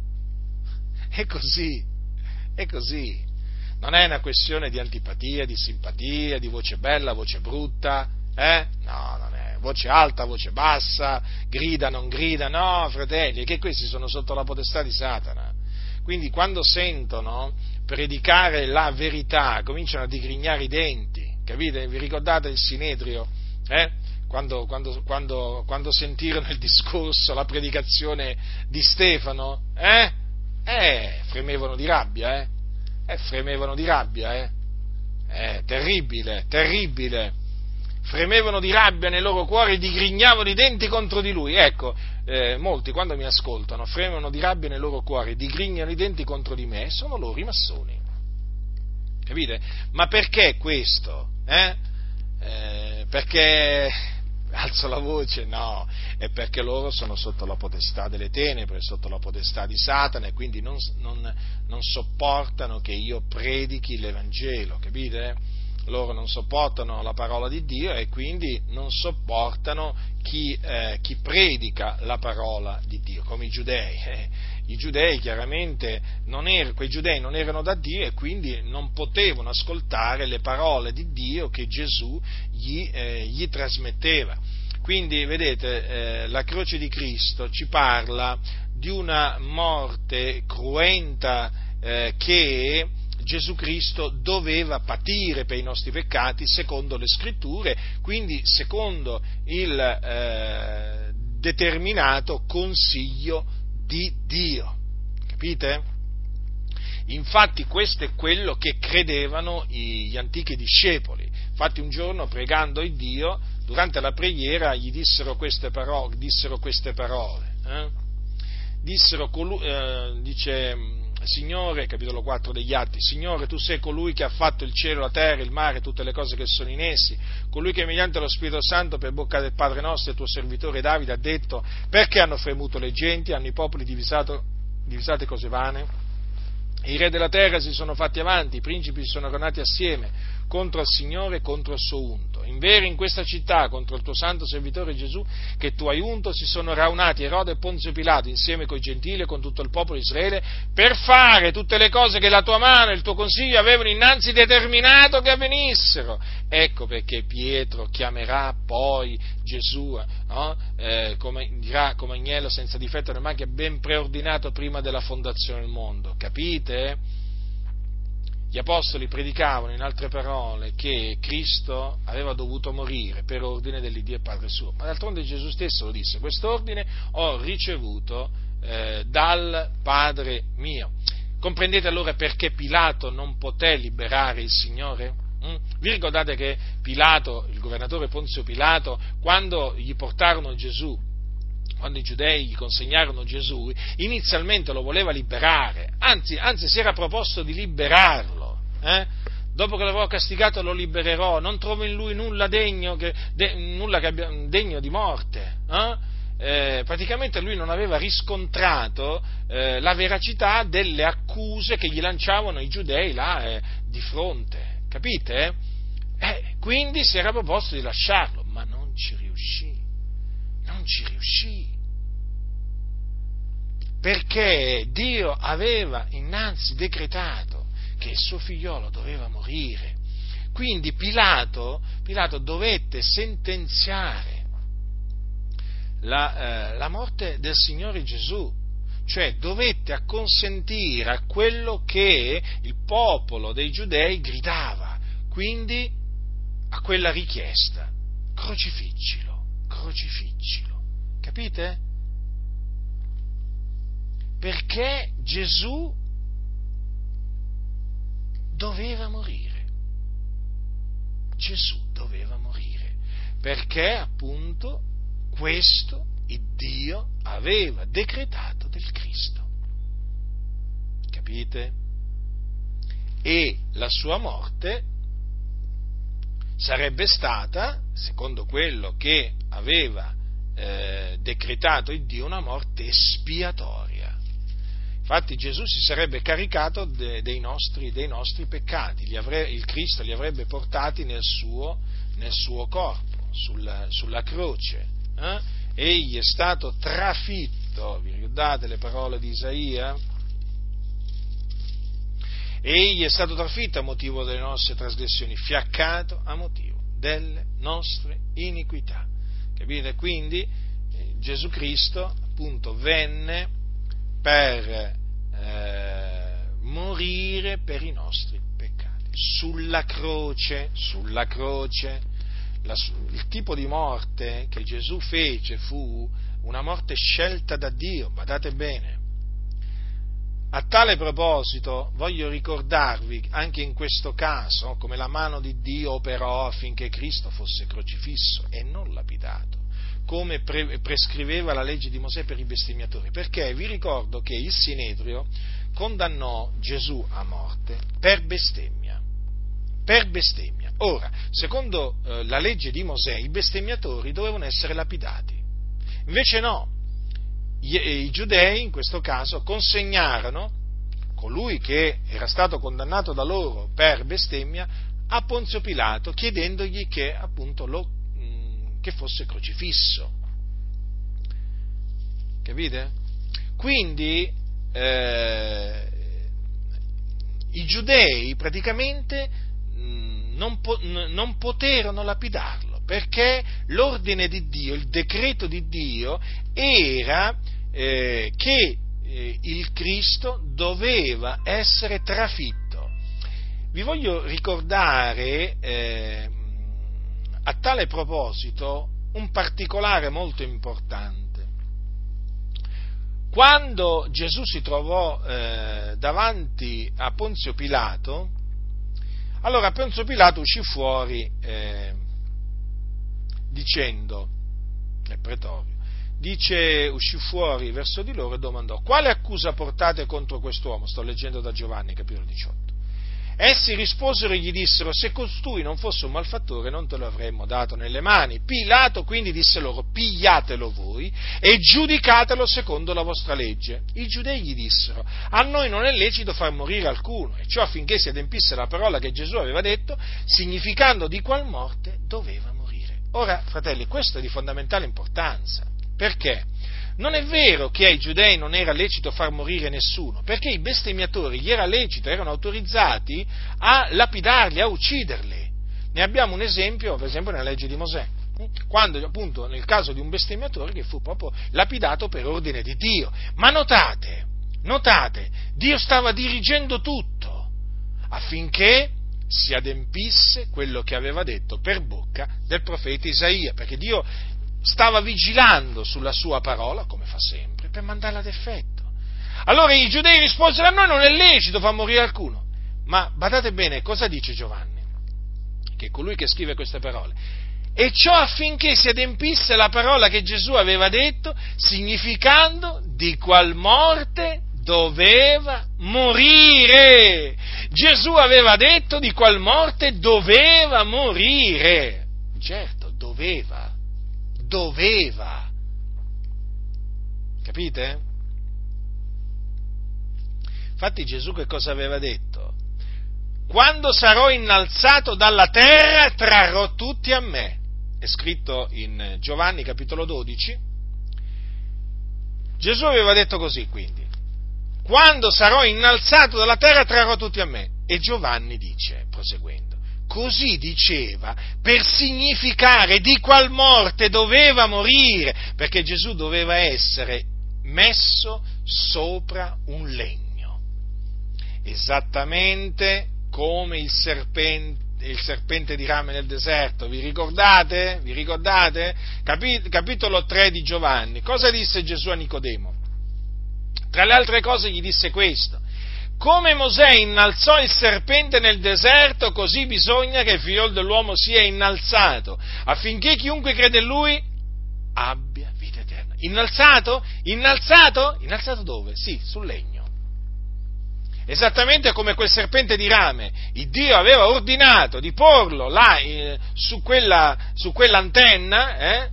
Speaker 1: È così, è così. Non è una questione di antipatia, di simpatia, di voce bella, voce brutta, eh? No, non è. Voce alta, voce bassa, grida, non grida, no, fratelli, è che questi sono sotto la potestà di Satana. Quindi quando sentono predicare la verità cominciano a digrignare i denti, capite? Vi ricordate il Sinedrio? Eh? Quando, quando, quando, quando sentirono il discorso, la predicazione di Stefano, eh? Eh, fremevano di rabbia, eh? Eh, fremevano di rabbia, eh? Eh, terribile, terribile. Fremevano di rabbia nei loro cuori e digrignavano i denti contro di lui. Ecco, eh, molti quando mi ascoltano fremano di rabbia nei loro cuori, digrignano i denti contro di me, e sono loro i massoni. Capite? Ma perché questo? Eh? Eh, perché alzo la voce? No, è perché loro sono sotto la potestà delle tenebre, sotto la potestà di Satana, e quindi non, non, non sopportano che io predichi l'Evangelo, capite? Loro non sopportano la parola di Dio e quindi non sopportano chi, eh, chi predica la parola di Dio, come i giudei. Eh, I giudei chiaramente, non er- quei giudei non erano da Dio e quindi non potevano ascoltare le parole di Dio che Gesù gli, eh, gli trasmetteva. Quindi, vedete, eh, la croce di Cristo ci parla di una morte cruenta eh, che Gesù Cristo doveva patire per i nostri peccati secondo le Scritture, quindi secondo il eh, determinato consiglio di Dio. Capite? Infatti questo è quello che credevano gli antichi discepoli. Infatti un giorno, pregando il Dio, durante la preghiera gli dissero queste parole, dissero queste parole eh? dissero, eh, dice Signore, capitolo quattro degli Atti, Signore, tu sei colui che ha fatto il cielo, la terra, il mare, tutte le cose che sono in essi, colui che mediante lo Spirito Santo per bocca del Padre nostro e tuo servitore Davide ha detto: perché hanno fremuto le genti, hanno i popoli divisato, divisate cose vane? I re della terra si sono fatti avanti, i principi si sono radunati assieme contro il Signore e contro il suo unto. Invero in questa città, contro il tuo santo servitore Gesù, che tu hai unto, si sono raunati Erode e Ponzio Pilato, insieme coi gentili e con tutto il popolo di Israele, per fare tutte le cose che la tua mano e il tuo consiglio avevano innanzi determinato che avvenissero. Ecco perché Pietro chiamerà poi Gesù, no? eh, come, dirà come agnello senza difetto né macchia, ben preordinato prima della fondazione del mondo. Capite? Gli apostoli predicavano, in altre parole, che Cristo aveva dovuto morire per ordine dell'Iddio e Padre suo, ma d'altronde Gesù stesso lo disse: quest'ordine ho ricevuto eh, dal Padre mio. Comprendete allora perché Pilato non poté liberare il Signore? Mm? Vi ricordate che Pilato, il governatore Ponzio Pilato, quando gli portarono Gesù quando i giudei gli consegnarono Gesù, inizialmente lo voleva liberare, anzi, anzi si era proposto di liberarlo, eh? Dopo che l'avevo castigato lo libererò, non trovo in lui nulla degno, che, de, nulla che abbia, degno di morte, eh? Eh, praticamente lui non aveva riscontrato eh, la veracità delle accuse che gli lanciavano i giudei là eh, di fronte, capite? Eh, quindi si era proposto di lasciarlo, ma non ci riuscì. Non ci riuscì, perché Dio aveva innanzi decretato che il suo figliolo doveva morire. Quindi Pilato, Pilato dovette sentenziare la, eh, la morte del Signore Gesù, cioè dovette acconsentire a quello che il popolo dei giudei gridava, quindi a quella richiesta: crocifiggilo. Crocifiggilo, capite? Perché Gesù doveva morire, Gesù doveva morire, perché appunto questo il Dio aveva decretato del Cristo, capite? E la sua morte sarebbe stata, secondo quello che aveva eh, decretato il Dio, una morte espiatoria. Infatti Gesù si sarebbe caricato de, dei, nostri, dei nostri peccati, li avre, il Cristo li avrebbe portati nel suo, nel suo corpo, sulla, sulla croce. Eh? Egli è stato trafitto, vi ricordate le parole di Isaia? Egli è stato trafitto a motivo delle nostre trasgressioni, fiaccato a motivo delle nostre iniquità. Capite? Quindi eh, Gesù Cristo appunto venne per eh, morire per i nostri peccati. Sulla croce, sulla croce, la, il tipo di morte che Gesù fece fu una morte scelta da Dio, badate bene. A tale proposito voglio ricordarvi anche in questo caso come la mano di Dio operò affinché Cristo fosse crocifisso e non lapidato, come pre- prescriveva la legge di Mosè per i bestemmiatori, perché vi ricordo che il Sinedrio condannò Gesù a morte per bestemmia, per bestemmia. Ora, secondo eh, la legge di Mosè, i bestemmiatori dovevano essere lapidati, invece no. I, i giudei in questo caso consegnarono colui che era stato condannato da loro per bestemmia a Ponzio Pilato, chiedendogli che appunto lo, mh, che fosse crocifisso. Capite? Quindi eh, i giudei praticamente mh, non, po- non poterono lapidarlo, perché l'ordine di Dio, il decreto di Dio era eh, che eh, il Cristo doveva essere trafitto. Vi voglio ricordare eh, a tale proposito un particolare molto importante. Quando Gesù si trovò eh, davanti a Ponzio Pilato, allora Ponzio Pilato uscì fuori eh, dicendo, nel pretorio, dice, uscì fuori verso di loro e domandò: quale accusa portate contro quest'uomo? Sto leggendo da Giovanni, capitolo diciotto. Essi risposero e gli dissero: se costui non fosse un malfattore non te lo avremmo dato nelle mani. Pilato quindi disse loro: pigliatelo voi e giudicatelo secondo la vostra legge. I giudei gli dissero: a noi non è lecito far morire alcuno, e ciò affinché si adempisse la parola che Gesù aveva detto, significando di qual morte doveva morire. Ora, fratelli, questo è di fondamentale importanza. Perché? Non è vero che ai giudei non era lecito far morire nessuno, perché i bestemmiatori gli era lecito, erano autorizzati a lapidarli, a ucciderli. Ne abbiamo un esempio, per esempio, nella legge di Mosè, quando appunto nel caso di un bestemmiatore che fu proprio lapidato per ordine di Dio. Ma notate, notate, Dio stava dirigendo tutto affinché si adempisse quello che aveva detto per bocca del profeta Isaia, perché Dio stava vigilando sulla sua parola, come fa sempre, per mandarla ad effetto. Allora i giudei risposero: a noi non è lecito far morire alcuno. Ma badate bene, cosa dice Giovanni? Che è colui che scrive queste parole. E ciò affinché si adempisse la parola che Gesù aveva detto, significando di qual morte doveva morire. Gesù aveva detto di qual morte doveva morire. Certo, doveva, doveva. Capite? Infatti Gesù che cosa aveva detto? Quando sarò innalzato dalla terra, trarrò tutti a me. È scritto in Giovanni capitolo dodici. Gesù aveva detto così, quindi: quando sarò innalzato dalla terra, trarrò tutti a me. E Giovanni dice, proseguendo, così diceva per significare di qual morte doveva morire, perché Gesù doveva essere messo sopra un legno, esattamente come il serpente, il serpente di rame nel deserto. Vi ricordate? Vi ricordate? Capi, capitolo tre di Giovanni. Cosa disse Gesù a Nicodemo? Tra le altre cose gli disse questo: come Mosè innalzò il serpente nel deserto, così bisogna che il figliolo dell'uomo sia innalzato, affinché chiunque crede in lui abbia vita eterna. Innalzato? Innalzato? Innalzato dove? Sì, sul legno. Esattamente come quel serpente di rame, il Dio aveva ordinato di porlo là eh, su, quella, su quell'antenna, eh?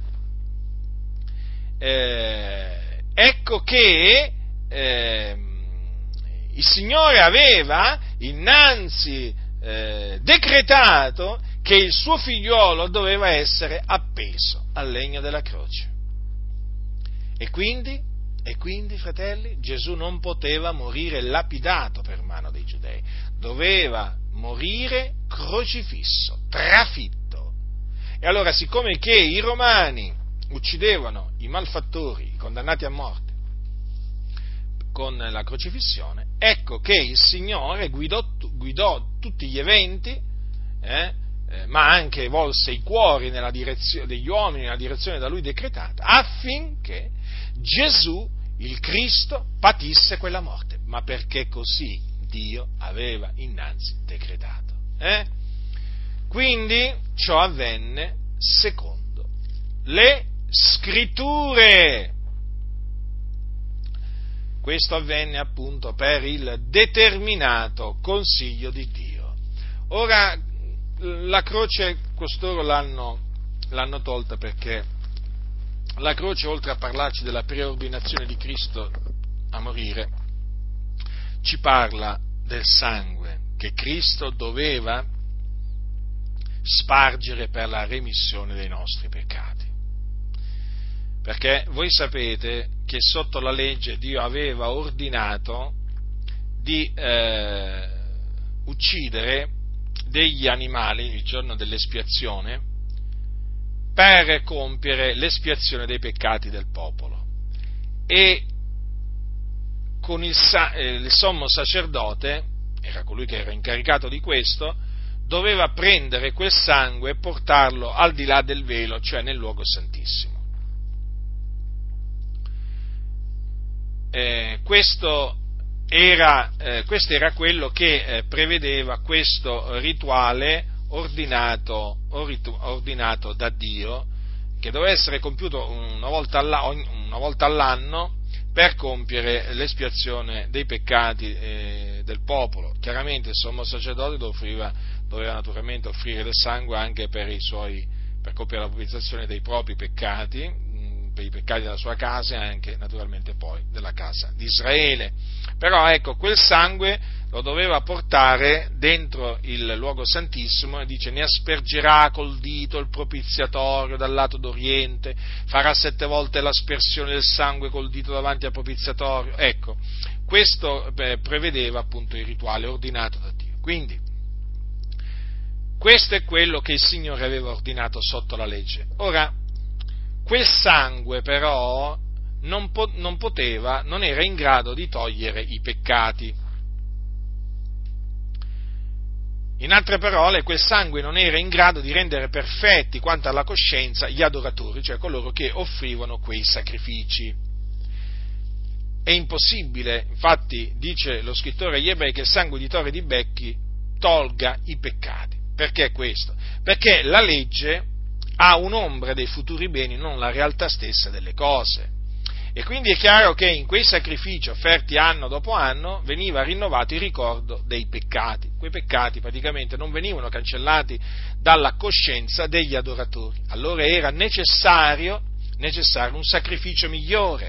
Speaker 1: Eh, ecco che eh, il Signore aveva innanzi eh, decretato che il suo figliolo doveva essere appeso al legno della croce. E quindi, e quindi, fratelli, Gesù non poteva morire lapidato per mano dei giudei, doveva morire crocifisso, trafitto. E allora, siccome che i romani uccidevano i malfattori, i condannati a morte, con la crocifissione, ecco che il Signore guidò, guidò tutti gli eventi, eh, eh, ma anche volse i cuori nella direzione degli uomini nella direzione da Lui decretata, affinché Gesù, il Cristo, patisse quella morte, ma perché così Dio aveva innanzi decretato. Eh? Quindi ciò avvenne secondo le Scritture. Questo avvenne appunto per il determinato consiglio di Dio. Ora, la croce costoro l'hanno, l'hanno tolta perché la croce, oltre a parlarci della preordinazione di Cristo a morire, ci parla del sangue che Cristo doveva spargere per la remissione dei nostri peccati. Perché voi sapete che sotto la legge Dio aveva ordinato di eh, uccidere degli animali il giorno dell'espiazione per compiere l'espiazione dei peccati del popolo. E con il, eh, il sommo sacerdote, era colui che era incaricato di questo, doveva prendere quel sangue e portarlo al di là del velo, cioè nel luogo santissimo. Eh, questo, era, eh, questo era quello che eh, prevedeva questo rituale ordinato, ordinato da Dio, che doveva essere compiuto una volta, una volta all'anno per compiere l'espiazione dei peccati eh, del popolo. Chiaramente il sommo sacerdote doveva, doveva naturalmente offrire del sangue anche per i suoi, per compiere la propiziazione dei propri peccati, per i peccati della sua casa e anche naturalmente poi della casa di Israele. Però ecco, quel sangue lo doveva portare dentro il luogo santissimo, e dice: ne aspergerà col dito il propiziatorio dal lato d'oriente, farà sette volte l'aspersione del sangue col dito davanti al propiziatorio. Ecco, questo beh, prevedeva appunto il rituale ordinato da Dio. Quindi questo è quello che il Signore aveva ordinato sotto la legge. Ora, quel sangue però non, po- non poteva, non era in grado di togliere i peccati. In altre parole, quel sangue non era in grado di rendere perfetti quanto alla coscienza gli adoratori, cioè coloro che offrivano quei sacrifici. È impossibile, infatti dice lo scrittore agli Ebrei, che il sangue di tori e di becchi tolga i peccati. Perché questo? Perché la legge ha un'ombra dei futuri beni, non la realtà stessa delle cose. E quindi è chiaro che in quei sacrifici offerti anno dopo anno veniva rinnovato il ricordo dei peccati. Quei peccati praticamente non venivano cancellati dalla coscienza degli adoratori. Allora era necessario, necessario un sacrificio migliore.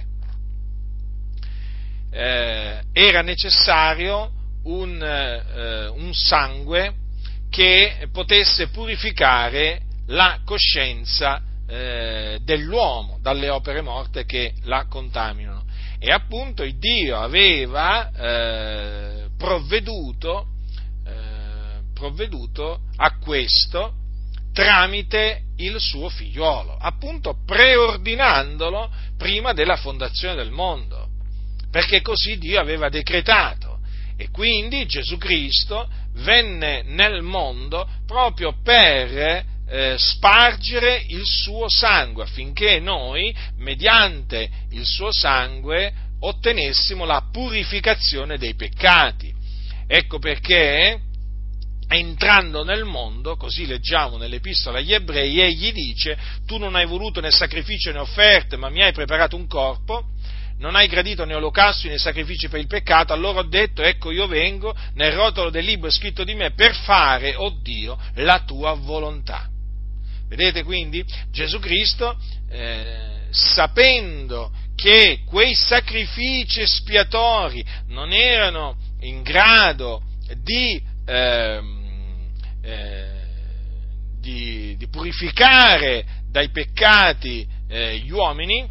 Speaker 1: Eh, era necessario un, eh, un sangue che potesse purificare la coscienza eh, dell'uomo dalle opere morte che la contaminano. E appunto il Dio aveva eh, provveduto, eh, provveduto a questo tramite il suo figliuolo, appunto preordinandolo prima della fondazione del mondo, perché così Dio aveva decretato. E quindi Gesù Cristo venne nel mondo proprio per eh, spargere il suo sangue, affinché noi, mediante il suo sangue, ottenessimo la purificazione dei peccati. Ecco perché, entrando nel mondo, così leggiamo nell'Epistola agli Ebrei, egli dice: tu non hai voluto né sacrificio né offerte, ma mi hai preparato un corpo. Non hai gradito né olocausti né sacrifici per il peccato, allora ho detto: ecco io vengo, nel rotolo del libro è scritto di me, per fare, o Dio, la tua volontà. Vedete quindi? Gesù Cristo, eh, sapendo che quei sacrifici espiatori non erano in grado di, eh, eh, di, di purificare dai peccati eh, gli uomini,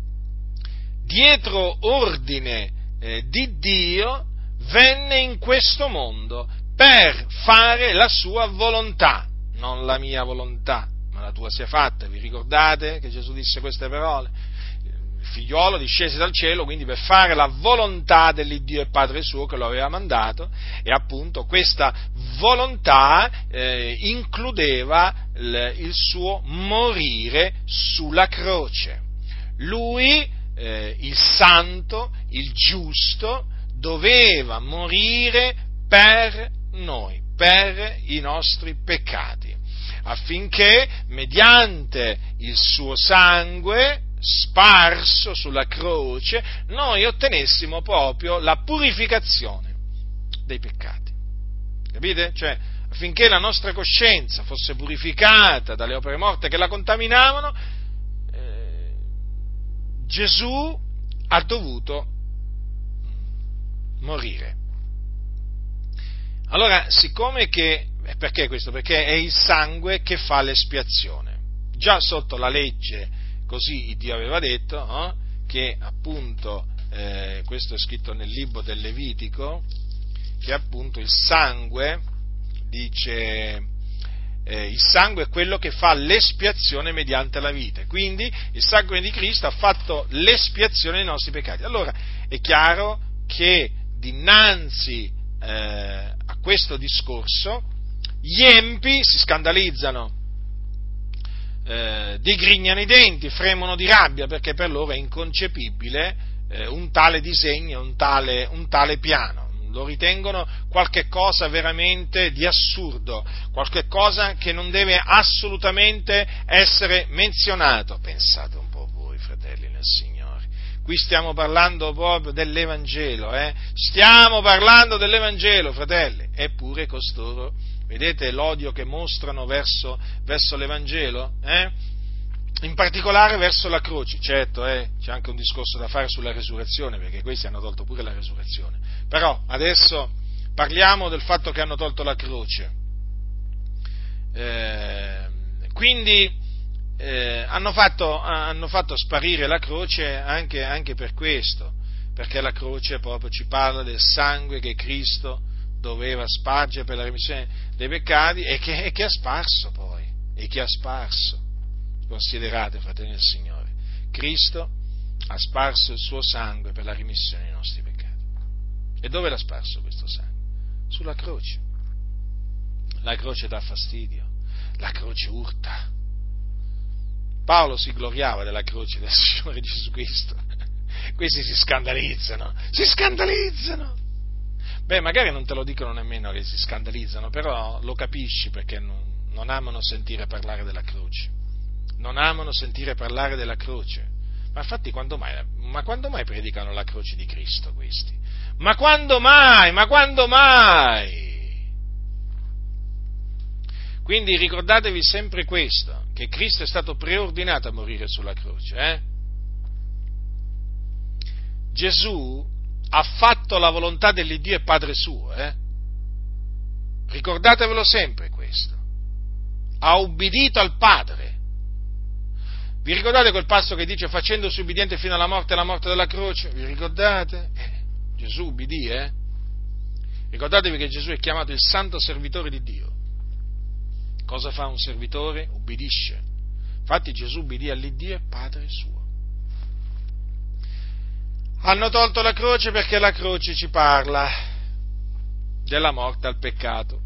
Speaker 1: dietro ordine eh, di Dio, venne in questo mondo per fare la sua volontà, non la mia volontà, ma la tua sia fatta. Vi ricordate che Gesù disse queste parole? Il figliolo discese dal cielo, quindi per fare la volontà dell'Iddio e Padre suo che lo aveva mandato, e appunto questa volontà eh, includeva il, il suo morire sulla croce. Lui, Eh, il santo, il giusto, doveva morire per noi, per i nostri peccati, affinché mediante il suo sangue sparso sulla croce noi ottenessimo proprio la purificazione dei peccati. Capite? Cioè, affinché la nostra coscienza fosse purificata dalle opere morte che la contaminavano, Gesù ha dovuto morire. Allora, siccome che, perché questo? Perché è il sangue che fa l'espiazione. Già sotto la legge, così Dio aveva detto, no? Che appunto, eh, questo è scritto nel libro del Levitico, che appunto il sangue, dice... Eh, il sangue è quello che fa l'espiazione mediante la vita, quindi il sangue di Cristo ha fatto l'espiazione dei nostri peccati. Allora è chiaro che dinanzi eh, a questo discorso gli empi si scandalizzano, eh, digrignano i denti, fremono di rabbia, perché per loro è inconcepibile eh, un tale disegno, un tale, un tale piano. Lo ritengono qualche cosa veramente di assurdo, qualche cosa che non deve assolutamente essere menzionato. Pensate un po' voi, fratelli nel Signore, qui stiamo parlando proprio dell'Evangelo, eh? stiamo parlando dell'Evangelo, fratelli, eppure costoro, vedete l'odio che mostrano verso, verso l'Evangelo? Eh? In particolare verso la croce. Certo, eh, c'è anche un discorso da fare sulla resurrezione, perché questi hanno tolto pure la resurrezione, però adesso parliamo del fatto che hanno tolto la croce. Eh, quindi eh, hanno, fatto, hanno fatto sparire la croce anche, anche per questo, perché la croce proprio ci parla del sangue che Cristo doveva spargere per la remissione dei peccati, e che, e che ha sparso poi, e che ha sparso. Considerate, fratelli del Signore, Cristo ha sparso il suo sangue per la rimissione dei nostri peccati. E dove l'ha sparso questo sangue? Sulla croce. La croce dà fastidio, la croce urta. Paolo si gloriava della croce del Signore Gesù Cristo. Questi si scandalizzano, si scandalizzano. Beh, magari non te lo dicono nemmeno che si scandalizzano, però lo capisci perché non, non amano sentire parlare della croce. non amano sentire parlare della croce. Ma infatti quando mai, ma quando mai predicano la croce di Cristo questi? Ma quando mai? Ma quando mai? Quindi ricordatevi sempre questo, che Cristo è stato preordinato a morire sulla croce. Eh? Gesù ha fatto la volontà dell'Iddio e Padre suo. Eh? Ricordatevelo sempre questo. Ha ubbidito al Padre. Vi ricordate quel passo che dice facendosi ubbidiente fino alla morte e alla morte della croce? Vi ricordate? Eh, Gesù ubbidì, eh? Ricordatevi che Gesù è chiamato il santo servitore di Dio. Cosa fa un servitore? Ubbidisce. Infatti Gesù ubbidì all'Iddio e Padre suo. Hanno tolto la croce perché la croce ci parla della morte al peccato.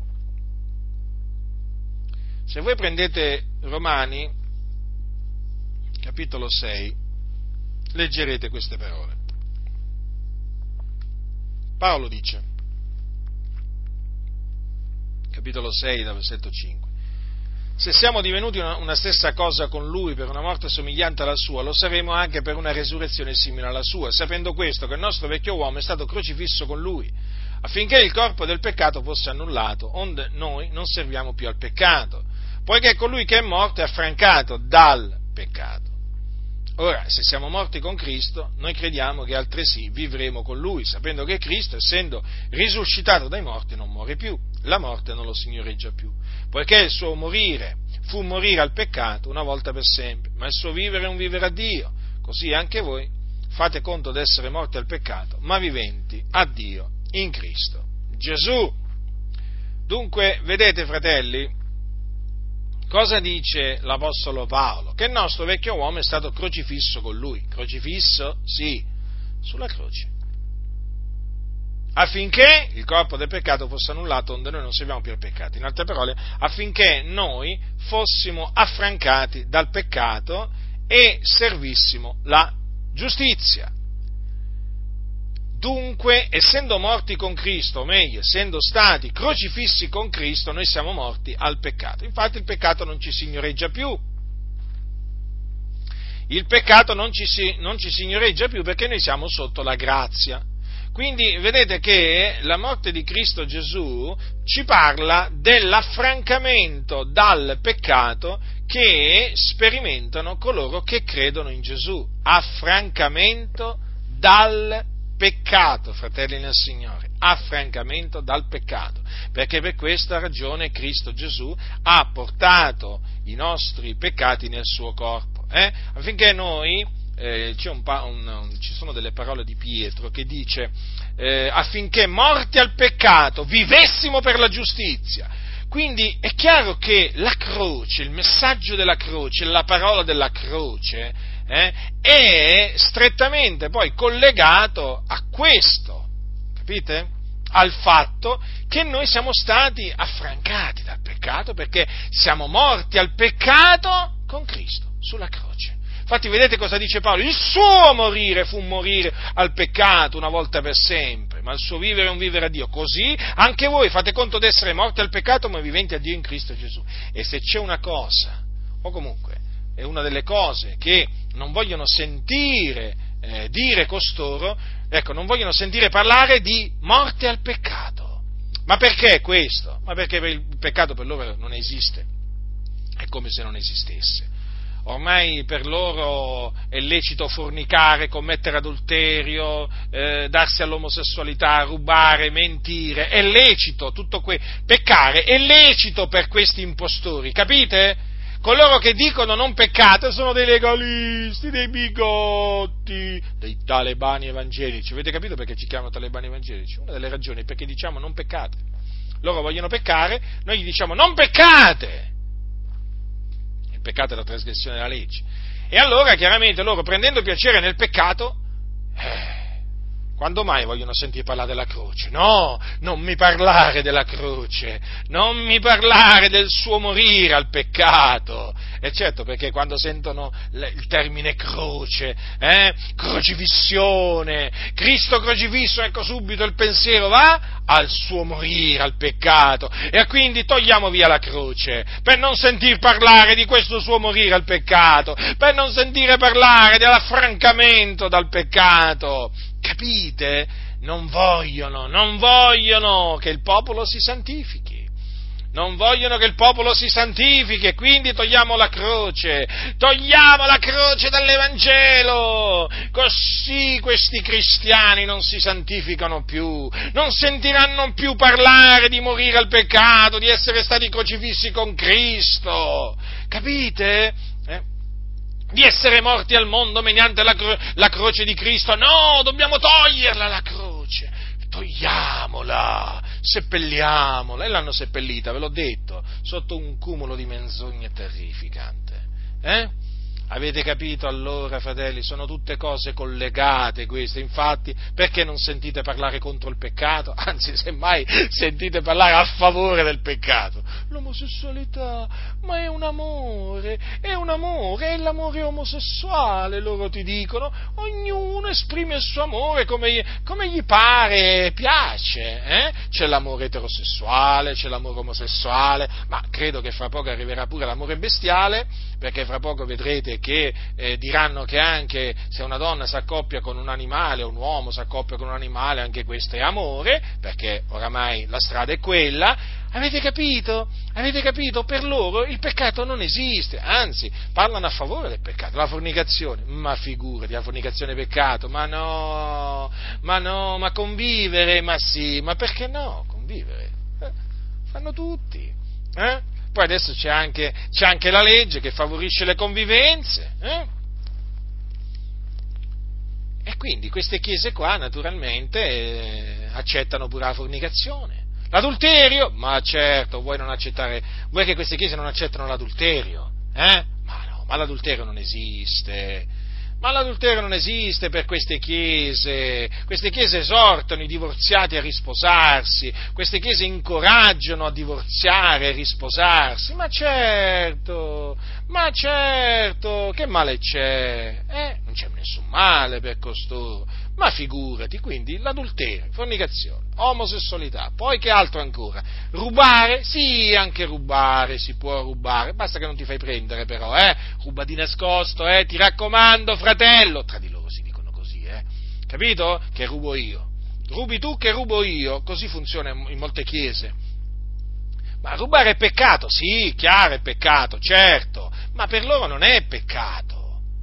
Speaker 1: Se voi prendete Romani, capitolo sei, leggerete queste parole. Paolo dice, capitolo sei, da versetto cinque, se siamo divenuti una, una stessa cosa con Lui per una morte somigliante alla sua, lo saremo anche per una resurrezione simile alla sua, sapendo questo, che il nostro vecchio uomo è stato crocifisso con Lui, affinché il corpo del peccato fosse annullato, onde noi non serviamo più al peccato, poiché colui che è morto è affrancato dal peccato. Ora, se siamo morti con Cristo, noi crediamo che altresì vivremo con Lui, sapendo che Cristo, essendo risuscitato dai morti, non muore più, la morte non lo signoreggia più, poiché il suo morire fu morire al peccato una volta per sempre, ma il suo vivere è un vivere a Dio, così anche voi fate conto d'essere morti al peccato, ma viventi a Dio in Cristo Gesù. Dunque, vedete fratelli, cosa dice l'Apostolo Paolo? Che il nostro vecchio uomo è stato crocifisso con Lui. Crocifisso? Sì, sulla croce. Affinché il corpo del peccato fosse annullato, onde noi non serviamo più al peccato. In altre parole, affinché noi fossimo affrancati dal peccato e servissimo la giustizia. Dunque, essendo morti con Cristo, o meglio, essendo stati crocifissi con Cristo, noi siamo morti al peccato. Infatti il peccato non ci signoreggia più. Il peccato non ci, non ci signoreggia più perché noi siamo sotto la grazia. Quindi vedete che la morte di Cristo Gesù ci parla dell'affrancamento dal peccato che sperimentano coloro che credono in Gesù. Affrancamento dal peccato, fratelli nel Signore, affrancamento dal peccato, perché per questa ragione Cristo Gesù ha portato i nostri peccati nel suo corpo, eh? affinché noi, eh, c'è un, un, un, ci sono delle parole di Pietro che dice, eh, affinché morti al peccato vivessimo per la giustizia. Quindi è chiaro che la croce, il messaggio della croce, la parola della croce, eh, è strettamente poi collegato a questo, capite? Al fatto che noi siamo stati affrancati dal peccato perché siamo morti al peccato con Cristo sulla croce. Infatti vedete cosa dice Paolo? Il suo morire fu morire al peccato una volta per sempre, ma il suo vivere è un vivere a Dio. Così anche voi fate conto di essere morti al peccato ma viventi a Dio in Cristo Gesù. E se c'è una cosa, o comunque è una delle cose che non vogliono sentire eh, dire costoro, ecco, non vogliono sentire parlare di morte al peccato. Ma perché questo? Ma perché il peccato per loro non esiste, è come se non esistesse. Ormai per loro è lecito fornicare, commettere adulterio, eh, darsi all'omosessualità, rubare, mentire, è lecito tutto questo, peccare è lecito per questi impostori, capite? Coloro che dicono non peccate sono dei legalisti, dei bigotti, dei talebani evangelici. Avete capito perché ci chiamano talebani evangelici? Una delle ragioni è perché diciamo non peccate. Loro vogliono peccare, noi gli diciamo non peccate. Il peccato è la trasgressione della legge. E allora chiaramente loro, prendendo piacere nel peccato, eh, Quando mai vogliono sentire parlare della croce? No, non mi parlare della croce, non mi parlare del suo morire al peccato. E certo, perché quando sentono il termine croce, eh, crocifissione, Cristo crocifisso, ecco subito il pensiero va al suo morire al peccato. E quindi togliamo via la croce, per non sentir parlare di questo suo morire al peccato, per non sentire parlare dell'affrancamento dal peccato. Capite? Non vogliono, non vogliono che il popolo si santifichi. Non vogliono che il popolo si santifichi e quindi togliamo la croce, togliamo la croce dall'Evangelo, così questi cristiani non si santificano più, non sentiranno più parlare di morire al peccato, di essere stati crocifissi con Cristo, capite? Eh? Di essere morti al mondo mediante la, cro- la croce di Cristo. No, dobbiamo toglierla la croce, togliamola, seppelliamola. E l'hanno seppellita, ve l'ho detto, sotto un cumulo di menzogne terrificante. Eh? Avete capito allora, fratelli? Sono tutte cose collegate queste, infatti, perché non sentite parlare contro il peccato? Anzi, semmai sentite parlare a favore del peccato. L'omosessualità, ma è un amore, è un amore, è l'amore omosessuale, loro ti dicono, ognuno esprime il suo amore come, come gli pare, piace, eh? C'è l'amore eterosessuale, c'è l'amore omosessuale, ma credo che fra poco arriverà pure l'amore bestiale, perché fra poco vedrete che eh, diranno che anche se una donna si accoppia con un animale, o un uomo si accoppia con un animale, anche questo è amore, perché oramai la strada è quella. Avete capito? Avete capito? Per loro il peccato non esiste, anzi, parlano a favore del peccato. La fornicazione, ma figurati, la fornicazione è peccato, ma no, ma no, ma convivere, ma sì, ma perché no, convivere? Eh, fanno tutti, eh? Poi adesso c'è anche, c'è anche la legge che favorisce le convivenze, eh? E quindi queste chiese qua naturalmente eh, accettano pure la fornicazione. L'adulterio? Ma certo, vuoi non accettare, vuoi che queste chiese non accettano l'adulterio? Eh? Ma no, ma l'adulterio non esiste. Ma l'adulterio non esiste per queste chiese, queste chiese esortano i divorziati a risposarsi, queste chiese incoraggiano a divorziare e risposarsi, ma certo, ma certo, che male c'è? Eh, non c'è nessun male per costoro, ma figurati, quindi l'adulterio, fornicazione, omosessualità, poi che altro ancora? Rubare? Sì, anche rubare, si può rubare, basta che non ti fai prendere però, eh, ruba di nascosto, eh, ti raccomando, fratello, tra di loro si dicono così, eh, capito? Che rubo io, rubi tu che rubo io, così funziona in molte chiese. Ma rubare è peccato? Sì, chiaro, è peccato, certo, ma per loro non è peccato.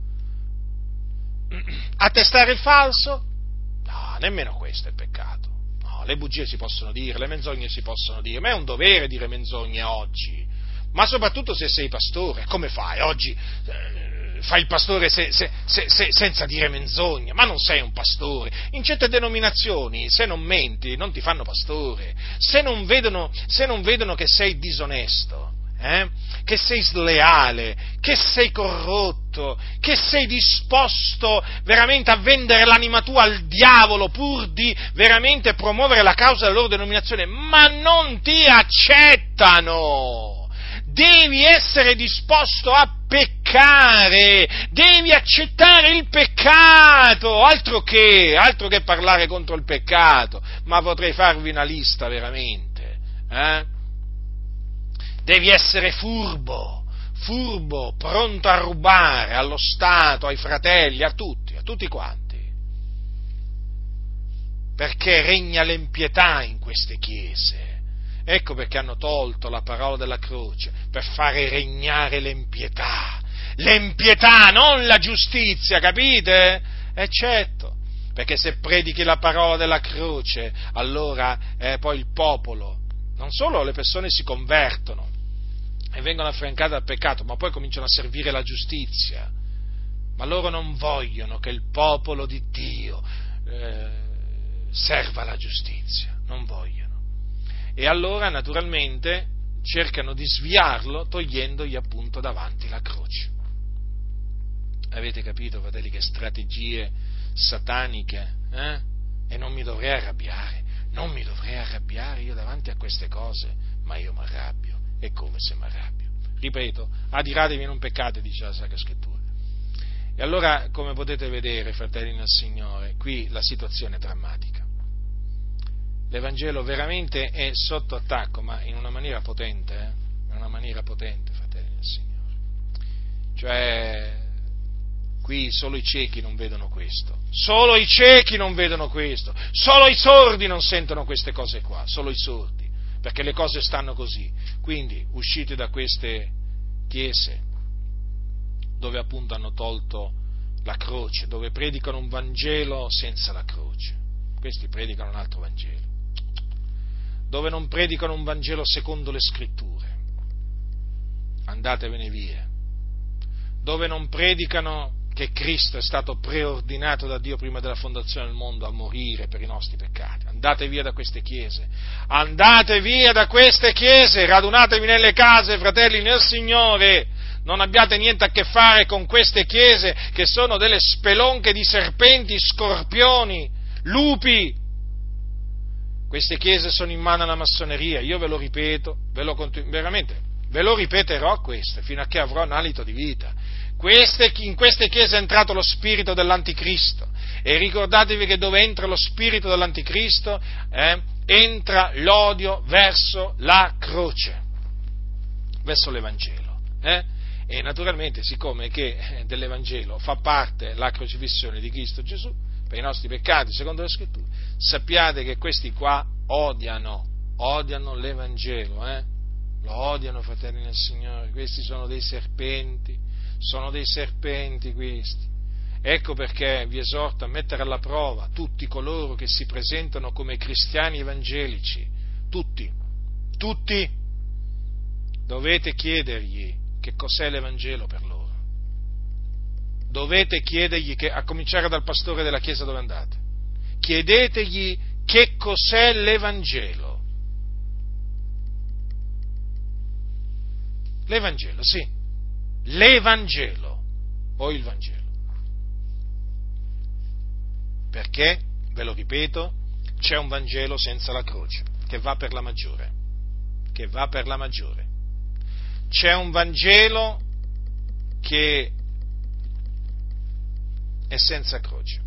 Speaker 1: Attestare il falso? No, nemmeno questo è peccato. No, le bugie si possono dire, le menzogne si possono dire, ma è un dovere dire menzogne oggi. Ma soprattutto se sei pastore, come fai? Oggi eh, fai il pastore se, se, se, se, senza dire menzogne, ma non sei un pastore. In certe denominazioni, se non menti, non ti fanno pastore. Se non vedono, se non vedono che sei disonesto, eh, che sei sleale, che sei corrotto, che sei disposto veramente a vendere l'anima tua al diavolo pur di veramente promuovere la causa della loro denominazione, ma non ti accettano. Devi essere disposto a peccare, devi accettare il peccato, altro che, altro che parlare contro il peccato, ma potrei farvi una lista veramente, eh? Devi essere furbo, furbo, pronto a rubare allo Stato, ai fratelli, a tutti, a tutti quanti, perché regna l'empietà in queste chiese. Ecco perché hanno tolto la parola della croce, per fare regnare l'empietà, l'empietà, non la giustizia, capite? E certo, perché se predichi la parola della croce, allora eh, poi il popolo, non solo le persone si convertono e vengono affrancate dal peccato, ma poi cominciano a servire la giustizia. Ma loro non vogliono che il popolo di Dio eh, serva la giustizia, non vogliono. E allora naturalmente cercano di sviarlo togliendogli appunto davanti la croce. Avete capito, fratelli, che strategie sataniche? Eh? E non mi dovrei arrabbiare, non mi dovrei arrabbiare io davanti a queste cose, ma io mi arrabbio, è come se mi arrabbio. Ripeto, adiratevi non peccate, dice la Sacra Scrittura. E allora, come potete vedere, fratelli nel Signore, qui la situazione è drammatica. L'Evangelo veramente è sotto attacco, ma in una maniera potente, eh? in una maniera potente, fratelli del Signore. Cioè, qui solo i ciechi non vedono questo, solo i ciechi non vedono questo, solo i sordi non sentono queste cose qua, solo i sordi, perché le cose stanno così. Quindi uscite da queste chiese dove appunto hanno tolto la croce, dove predicano un Vangelo senza la croce. Questi predicano un altro Vangelo, dove non predicano un Vangelo secondo le Scritture. Andatevene via. Dove non predicano che Cristo è stato preordinato da Dio prima della fondazione del mondo a morire per i nostri peccati. Andate via da queste chiese, andate via da queste chiese, radunatevi nelle case, fratelli nel Signore, non abbiate niente a che fare con queste chiese che sono delle spelonche di serpenti, scorpioni, lupi. Queste chiese sono in mano alla massoneria, io ve lo ripeto, ve lo continu- veramente, ve lo ripeterò questo, fino a che avrò un alito di vita. Queste, in queste chiese è entrato lo spirito dell'anticristo, e ricordatevi che dove entra lo spirito dell'anticristo, eh, entra l'odio verso la croce, verso l'Evangelo. Eh? E naturalmente, siccome che dell'Evangelo fa parte la crocifissione di Cristo Gesù per i nostri peccati, secondo le Scritture, sappiate che questi qua odiano, odiano l'Evangelo, eh? Lo odiano, fratelli nel Signore, questi sono dei serpenti, sono dei serpenti questi. Ecco perché vi esorto a mettere alla prova tutti coloro che si presentano come cristiani evangelici, tutti, tutti, dovete chiedergli che cos'è l'Evangelo per loro. Dovete chiedergli, che, a cominciare dal pastore della chiesa dove andate, chiedetegli che cos'è l'Evangelo. L'Evangelo, sì, l'Evangelo o il Vangelo. Perché, ve lo ripeto, c'è un Vangelo senza la croce, che va per la maggiore, che va per la maggiore. C'è un Vangelo che è senza croce.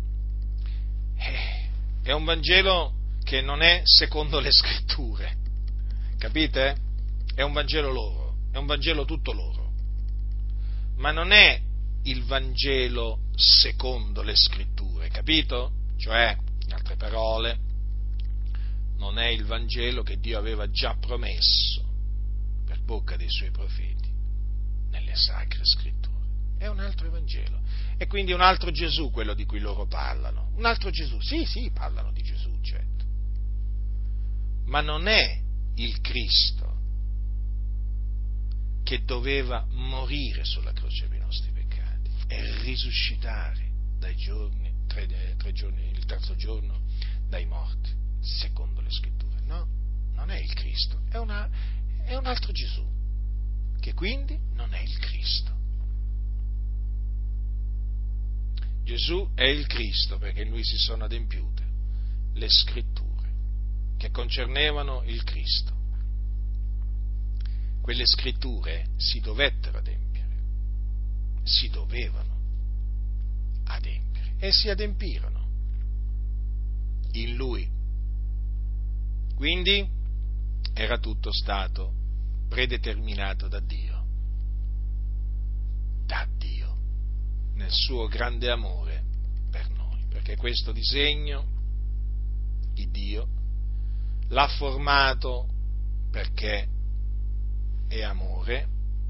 Speaker 1: È un Vangelo che non è secondo le Scritture, capite? È un Vangelo loro, è un Vangelo tutto loro, ma non è il Vangelo secondo le Scritture, capito? Cioè, in altre parole, non è il Vangelo che Dio aveva già promesso per bocca dei suoi profeti nelle Sacre Scritture. È un altro Evangelo, e quindi un altro Gesù quello di cui loro parlano, un altro Gesù, sì, sì, parlano di Gesù, certo, ma non è il Cristo che doveva morire sulla croce per i nostri peccati e risuscitare dai giorni, tre, tre giorni, il terzo giorno dai morti, secondo le Scritture. No, non è il Cristo, è, una, è un altro Gesù, che quindi non è il Cristo. Gesù è il Cristo perché in lui si sono adempiute le Scritture che concernevano il Cristo. Quelle Scritture si dovettero adempiere, si dovevano adempiere e si adempirono in lui. Quindi era tutto stato predeterminato da Dio, da Dio, nel suo grande amore per noi, perché questo disegno di Dio l'ha formato perché è amore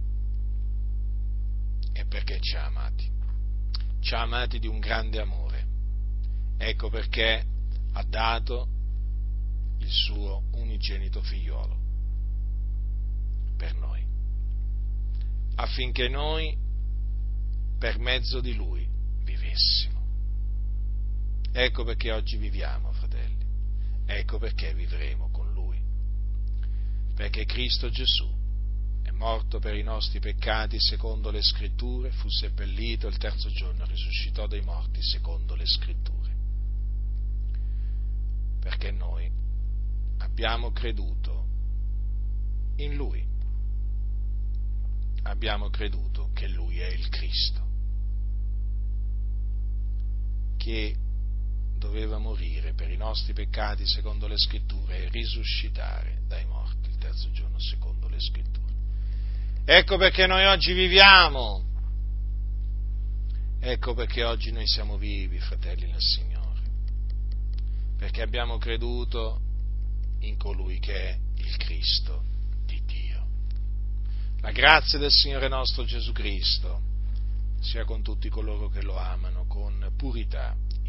Speaker 1: e perché ci ha amati, ci ha amati di un grande amore. Ecco perché ha dato il suo unigenito figliolo per noi, affinché noi per mezzo di lui vivessimo. Ecco perché oggi viviamo, fratelli, ecco perché vivremo con lui, perché Cristo Gesù è morto per i nostri peccati secondo le Scritture, fu seppellito, il terzo giorno risuscitò dai morti secondo le Scritture. abbiamo creduto in Lui. Abbiamo creduto che Lui è il Cristo, che doveva morire per i nostri peccati secondo le Scritture e risuscitare dai morti il terzo giorno secondo le Scritture. Ecco perché noi oggi viviamo, ecco perché oggi noi siamo vivi, fratelli nel Signore, perché abbiamo creduto in colui che è il Cristo di Dio. La grazia del Signore nostro Gesù Cristo sia con tutti coloro che lo amano con purità